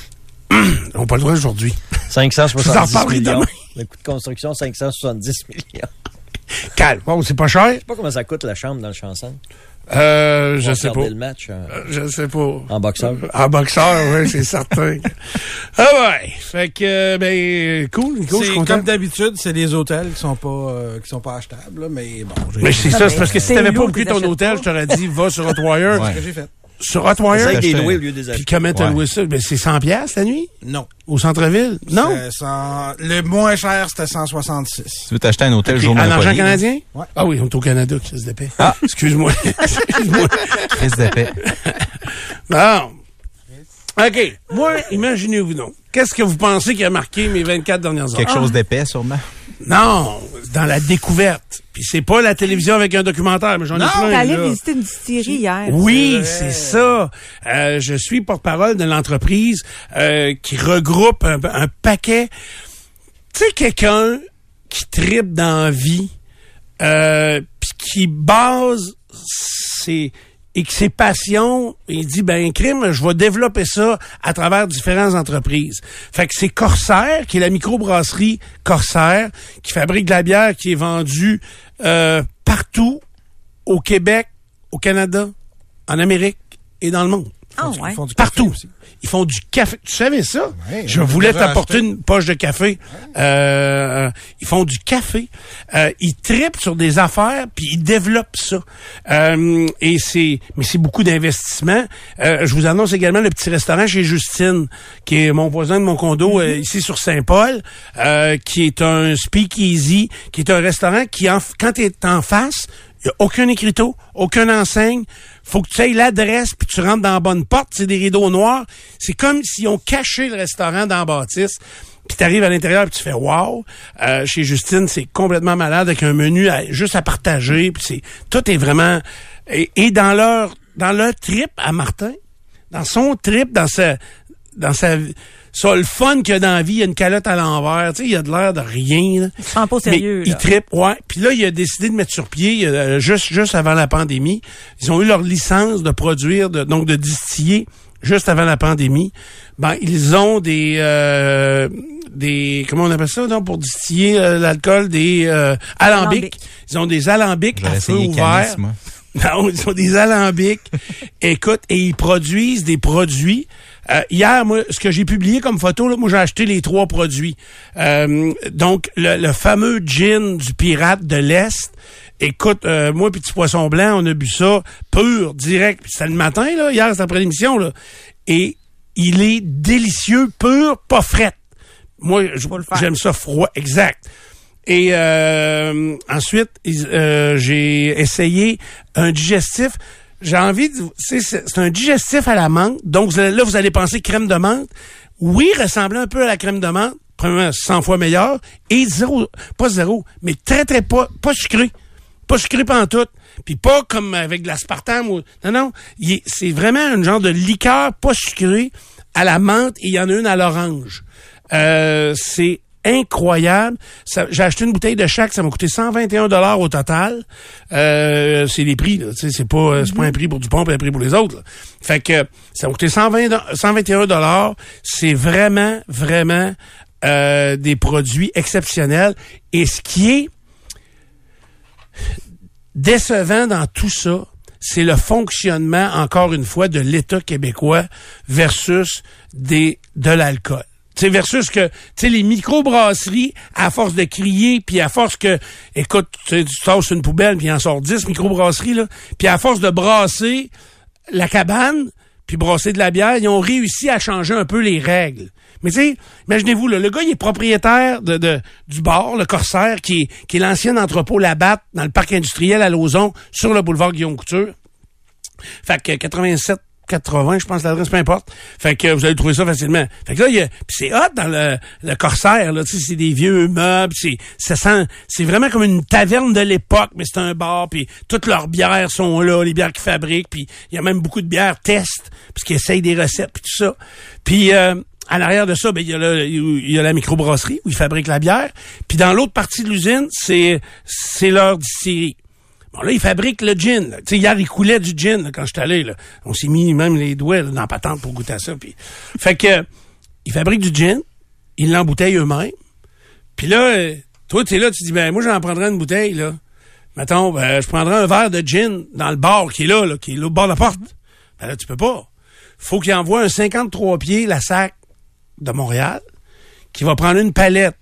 on n'a pas le droit aujourd'hui. cinq cent Je vous en soixante-dix reparlerai millions. demain. Le coût de construction, cinq cent soixante-dix millions. Calme. Bon, c'est pas cher. Je sais pas comment ça coûte la chambre dans le chanson. Euh, je sais pas. le match euh, Euh, Je sais pas. en boxeur. En boxeur, oui, c'est certain. Ah ouais. Fait que, ben, cool, Nico, je suis C'est content. comme d'habitude, c'est les hôtels qui sont pas euh, qui sont pas achetables, là, mais bon. J'ai Mais c'est Ah, ça, ben, c'est parce que si c'est t'avais pas lourd, booké t'es ton achètes hôtel, pas. je t'aurais dit, va sur Hotwire. ce que j'ai fait. Sur Hotwire? Essaye de les acheté- louer au lieu des Puis acheter. comment t'as Ouais. loué ça? Ben, c'est cent piastres la nuit? Non. Au centre-ville? Non? C'est cent- Le moins cher, c'était cent soixante-six. Tu veux t'acheter un hôtel Ok, jour en Monopoly, argent là? canadien? Ouais. Ah oui, on est au Canada, qui se dépêche. Ah, excuse-moi. Excuse-moi. Crise d'épais. Bon. OK. Moi, imaginez-vous donc. Qu'est-ce que vous pensez qui a marqué mes vingt-quatre dernières heures? Quelque chose d'épais, sûrement. Non, dans la découverte. Puis c'est pas la télévision avec un documentaire, mais j'en ai Non, plein. T'es allé là. visiter une distillerie hier. Oui, C'est vrai. c'est ça. Euh, je suis porte-parole de l'entreprise euh, qui regroupe un, un paquet. Tu sais, quelqu'un qui tripe dans la vie, euh, puis qui base ses et que ses passions, il dit, ben, crime, je vais développer ça à travers différentes entreprises. Fait que c'est Corsair, qui est la microbrasserie Corsair, qui fabrique de la bière qui est vendue euh, partout au Québec, au Canada, en Amérique et dans le monde. Ah Ils ouais. font du café Partout. aussi. Ils font du café. Tu savais ça? Ouais, Je on a voulais déjà t'apporter acheté. une poche de café. Euh, ils font du café. Euh, ils trippent sur des affaires, puis ils développent ça. Euh, et c'est, mais c'est beaucoup d'investissement. Euh, je vous annonce également le petit restaurant chez Justine, qui est mon voisin de mon condo euh, ici sur Saint-Paul, euh, qui est un speakeasy, qui est un restaurant qui, en, quand tu es en face, il n'y a aucun écriteau, aucune enseigne. Faut que tu ailles l'adresse puis tu rentres dans la bonne porte. C'est des rideaux noirs. C'est comme s'ils ont caché le restaurant dans la bâtisse. Puis t'arrives à l'intérieur puis tu fais wow. Euh, chez Justine, c'est complètement malade avec un menu à- juste à partager. Puis c'est tout est vraiment et, et dans leur dans leur trip à Martin, dans son trip, dans sa dans sa ça, le fun qu'il y a dans la vie, il y a une calotte à l'envers, tu sais, il a de l'air de rien. Là. Il se prend pas au sérieux. Mais il trippe, ouais. Puis là, il a décidé de mettre sur pied, euh, juste juste avant la pandémie, ils ont eu leur licence de produire, de, donc de distiller, juste avant la pandémie. Ben, ils ont des euh, des comment on appelle ça, donc, pour distiller euh, l'alcool, des euh, alambics. Alambic. Ils ont des alambics J'aurais à feu ouvert. Canis, moi. Non, ils ont des alambics. Écoute, et ils produisent des produits. Euh, hier, moi, ce que j'ai publié comme photo, là, moi, j'ai acheté les trois produits. Euh, donc, le, le fameux gin du Pirate de l'Est. Écoute, euh, moi, Petit Poisson Blanc, on a bu ça pur, direct. C'était le matin, là, hier, c'était après l'émission, là. Et il est délicieux, pur, pas fret. Moi, j'aime ça froid, exact. Et euh, ensuite, euh, j'ai essayé un digestif. J'ai envie de... C'est, c'est un digestif à la menthe. Donc, vous allez, là, vous allez penser crème de menthe. Oui, ressemblant un peu à la crème de menthe. Premièrement, cent fois meilleur. Et zéro... Pas zéro, mais très, très pas... Pas sucré. Pas sucré pantoute. Puis pas comme avec de l'aspartame. Ou, non, non. Il est, c'est vraiment un genre de liqueur pas sucré à la menthe. Et il y en a une à l'orange. Euh, c'est incroyable. Ça, j'ai acheté une bouteille de chaque, ça m'a coûté cent vingt et un dollars au total. Euh, c'est les prix, là. Tu sais, c'est pas, mm-hmm. c'est pas un prix pour Dupont et un prix pour les autres, là. Fait que, ça m'a coûté cent vingt, cent vingt et un dollars. C'est vraiment, vraiment, euh, des produits exceptionnels. Et ce qui est décevant dans tout ça, c'est le fonctionnement, encore une fois, de l'État québécois versus des, de l'alcool. Tu sais, versus que, tu sais, les microbrasseries, à force de crier, puis à force que, écoute, tu tasses une poubelle, puis il en sort dix microbrasseries, là, puis à force de brasser la cabane, puis brasser de la bière, ils ont réussi à changer un peu les règles. Mais tu sais, imaginez-vous, là, le gars, il est propriétaire de, de du bar, le Corsaire, qui est, qui est l'ancien entrepôt Labatt, dans le parc industriel à Lauson, sur le boulevard Guillaume Couture. Fait que quatre-vingt-sept quatre-vingts, je pense, l'adresse, peu importe. Fait que vous allez trouver ça facilement. Fait que là, il y a, pis c'est hot dans le, le Corsaire, là, tu sais, c'est des vieux meubles, c'est, ça sent, c'est vraiment comme une taverne de l'époque, mais c'est un bar, puis toutes leurs bières sont là, les bières qu'ils fabriquent, puis il y a même beaucoup de bières test, parce qu'ils essayent des recettes, puis tout ça. Puis, euh, à l'arrière de ça, ben, il y a le, il y a la microbrasserie où ils fabriquent la bière, puis dans l'autre partie de l'usine, c'est, c'est leur distillerie. Bon, là, ils fabriquent le gin. Tu sais, hier, ils coulaient du gin, là, quand je suis allé, là. On s'est mis même les doigts, là, dans la patente pour goûter à ça. Puis, fait que, ils fabriquent du gin, ils l'embouteillent eux-mêmes. Puis là, euh, toi, tu es là, tu dis, ben, moi, j'en prendrais une bouteille, là. Mettons, ben, je prendrais un verre de gin dans le bar qui est là, là, qui est là au bord de la porte. Ben là, tu peux pas. Faut qu'il envoie un cinquante-trois pieds, la sac de Montréal, qui va prendre une palette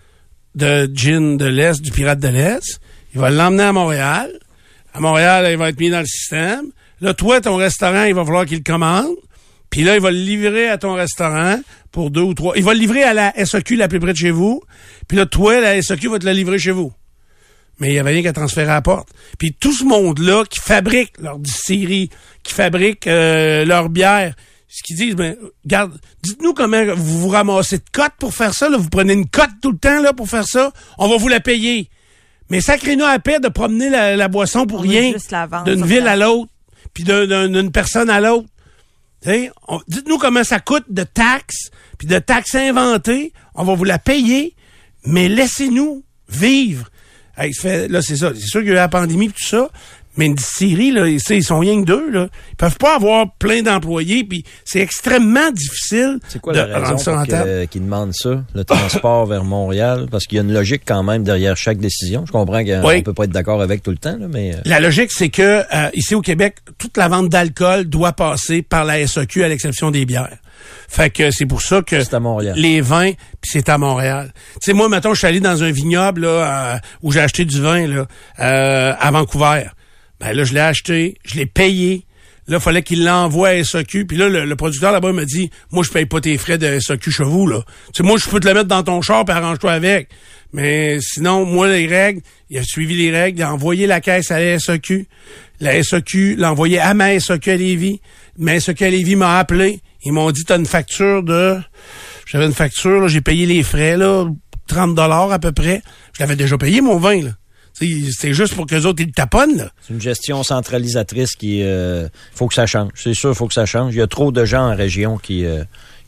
de gin de l'Est, du Pirate de l'Est. Il va l'emmener à Montréal. À Montréal, il va être mis dans le système. Là, toi, ton restaurant, il va falloir qu'il le commande. Puis là, il va le livrer à ton restaurant pour deux ou trois. Il va le livrer à la S E Q la plus près de chez vous. Puis là, toi, la S E Q va te le livrer chez vous. Mais il y avait rien qu'à transférer à la porte. Puis tout ce monde-là qui fabrique leur distillerie, qui fabrique euh, leur bière, ce qu'ils disent, ben, regarde, dites-nous comment vous vous ramassez de cotes pour faire ça. Là. Vous prenez une cote tout le temps là pour faire ça. On va vous la payer. Mais sacrez-nous à paix de promener la, la boisson pour on rien d'une ville à l'autre, puis d'un, d'une personne à l'autre. On, dites-nous comment ça coûte de taxes, puis de taxes inventées. On va vous la payer, mais laissez-nous vivre. Hey, fait, là, c'est ça. C'est sûr qu'il y a eu la pandémie et tout ça, mais une distillerie, là, ils sont rien que deux. Là. Ils peuvent pas avoir plein d'employés, puis c'est extrêmement difficile c'est quoi de la raison rendre ça rentable. Qu'ils demandent ça, le transport vers Montréal? Parce qu'il y a une logique quand même derrière chaque décision. Je comprends qu'on oui. peut pas être d'accord avec tout le temps, là, mais... La logique, c'est que euh, ici au Québec, toute la vente d'alcool doit passer par la S E Q à l'exception des bières. Fait que c'est pour ça que c'est à Montréal. Les vins, puis c'est à Montréal. Tu sais, moi, mettons, je suis allé dans un vignoble là, euh, où j'ai acheté du vin là, euh, à Vancouver. Ben là, je l'ai acheté, je l'ai payé. Là, il fallait qu'il l'envoie à S E Q. Puis là, le, le producteur là-bas me dit, moi, je paye pas tes frais de S E Q chez vous, là. Tu sais, moi, je peux te le mettre dans ton char et arrange-toi avec. Mais sinon, moi, les règles, il a suivi les règles, il a envoyé la caisse à la S E Q. La S E Q l'a envoyé à ma S E Q à Lévis. Ma S E Q à Lévis m'a appelé. Ils m'ont dit, t'as une facture de... J'avais une facture, là, j'ai payé les frais, là, trente dollars à peu près. Je l'avais déjà payé, mon vin, là. C'est juste pour qu'eux autres, ils le taponnent, là. C'est une gestion centralisatrice qui... Euh, faut que ça change. C'est sûr, faut que ça change. Il y a trop de gens en région qui... Euh,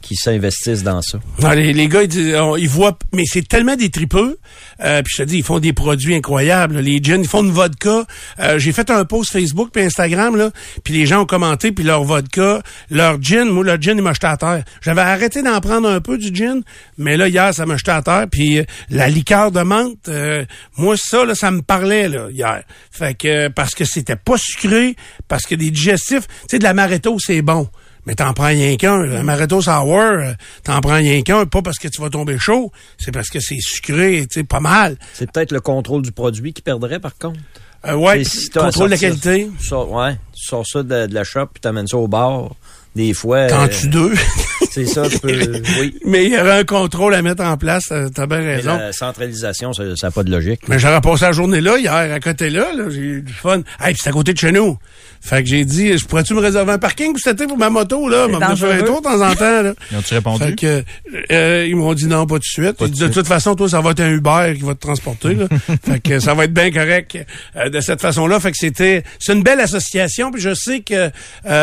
qui s'investissent dans ça. Non, les, les gars, ils, disent, on, ils voient, mais c'est tellement des tripeux. Euh, puis je te dis, ils font des produits incroyables. Là. Les gins, ils font une vodka. Euh, j'ai fait un post Facebook puis Instagram, là, puis les gens ont commenté, puis leur vodka, leur gin, moi, le gin, il m'a jeté à terre. J'avais arrêté d'en prendre un peu du gin, mais là, hier, ça m'a jeté à terre. Puis euh, la liqueur de menthe, euh, moi, ça, là, ça me parlait là hier. Fait que, parce que c'était pas sucré, parce que des digestifs, tu sais, de l'amaretto, c'est bon. Mais t'en prends rien qu'un. L'amaretto sour, euh, t'en prends rien qu'un. Pas parce que tu vas tomber chaud, c'est parce que c'est sucré, tu sais, pas mal. C'est peut-être le contrôle du produit qui perdrait, par contre. Euh, ouais, si contrôle de la qualité. Tu sors, ouais, tu sors ça de, de la shop puis t'amènes ça au bar. Des fois... T'en tues deux. C'est ça, tu peux... Oui. Mais il y aurait un contrôle à mettre en place, t'as bien raison. Mais la centralisation, ça n'a pas de logique. Mais j'aurais passé la journée là, hier, à côté là, là j'ai eu du fun. Hey, puis c'est à côté de chez nous. Fait que j'ai dit, je pourrais-tu me réserver un parking pour cet été pour ma moto, là? M'en venir faire un tour de temps en temps, là. Ils ont-tu répondu? Fait que, euh, ils m'ont dit non, pas tout de suite. Ils disent, de toute façon, toi, ça va être un Uber qui va te transporter, là. Fait que ça va être bien correct, euh, de cette façon-là. Fait que c'était, c'est une belle association, puis je sais que, euh,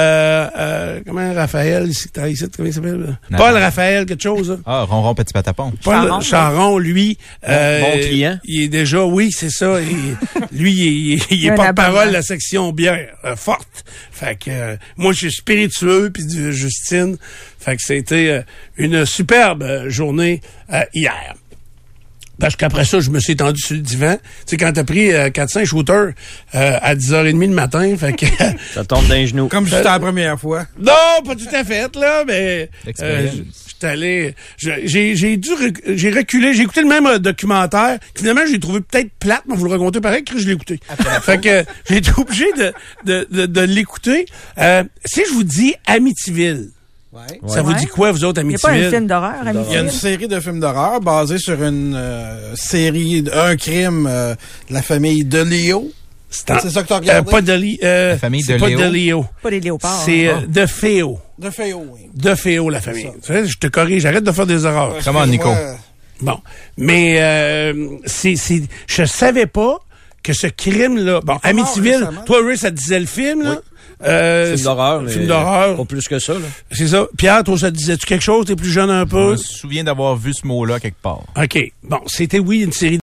euh, comment, Raphaël, ici, ici, comment il s'appelle? Paul Raphaël, quelque chose, là. Ah, Ronron Petit Patapon. Paul Charon, Charon lui, euh, bon, bon client. Il est déjà, oui, c'est ça. Il, lui, il, il, il est porte-parole de la section bière, euh, forte. Fait que euh, moi, je suis spiritueux, puis du Justine. Fait que c'était euh, une superbe euh, journée euh, hier. Parce qu'après ça, je me suis étendu sur le divan. Tu sais, quand t'as pris euh, quatre cinq shooters euh, à dix heures trente le matin, fait que... ça tombe d'un genou. Comme c'était la première fois. Non, pas tout à fait, là, mais... Euh, j'étais allé... J'ai, j'ai dû... Rec- j'ai reculé, j'ai écouté le même euh, documentaire. Finalement, j'ai trouvé peut-être plate, mais vous le raconter pareil, que je l'ai écouté. Fait que j'ai été obligé de, de, de, de l'écouter. Euh, si je vous dis Amityville... Ouais. Ça ouais. vous dit quoi, vous autres, Amityville? Il n'y a pas un film d'horreur, Amityville? Il y a une série de films d'horreur basée sur une euh, série, un crime euh, de la famille de Léo. C'est, en, c'est ça que tu as regardé? Euh, pas de Léo. Euh, la famille c'est de pas Léo. de Léo. Pas des léopards. C'est hein. euh, de Féo. De Féo, oui. De Féo, la famille. Tu sais, je te corrige, j'arrête de faire des horreurs. Comment, ouais, Nico? Ouais. Bon. Mais euh, c'est, c'est, je savais pas que ce crime-là... Bon, Amityville, toi, Ray, ça te disait le film, là? Oui. Euh, film d'horreur, mais film d'horreur. Pas plus que ça, là. C'est ça. Pierre, toi, ça te disait-tu quelque chose? T'es plus jeune un peu? Je me souviens d'avoir vu ce mot-là quelque part. OK. Bon, c'était, oui, une série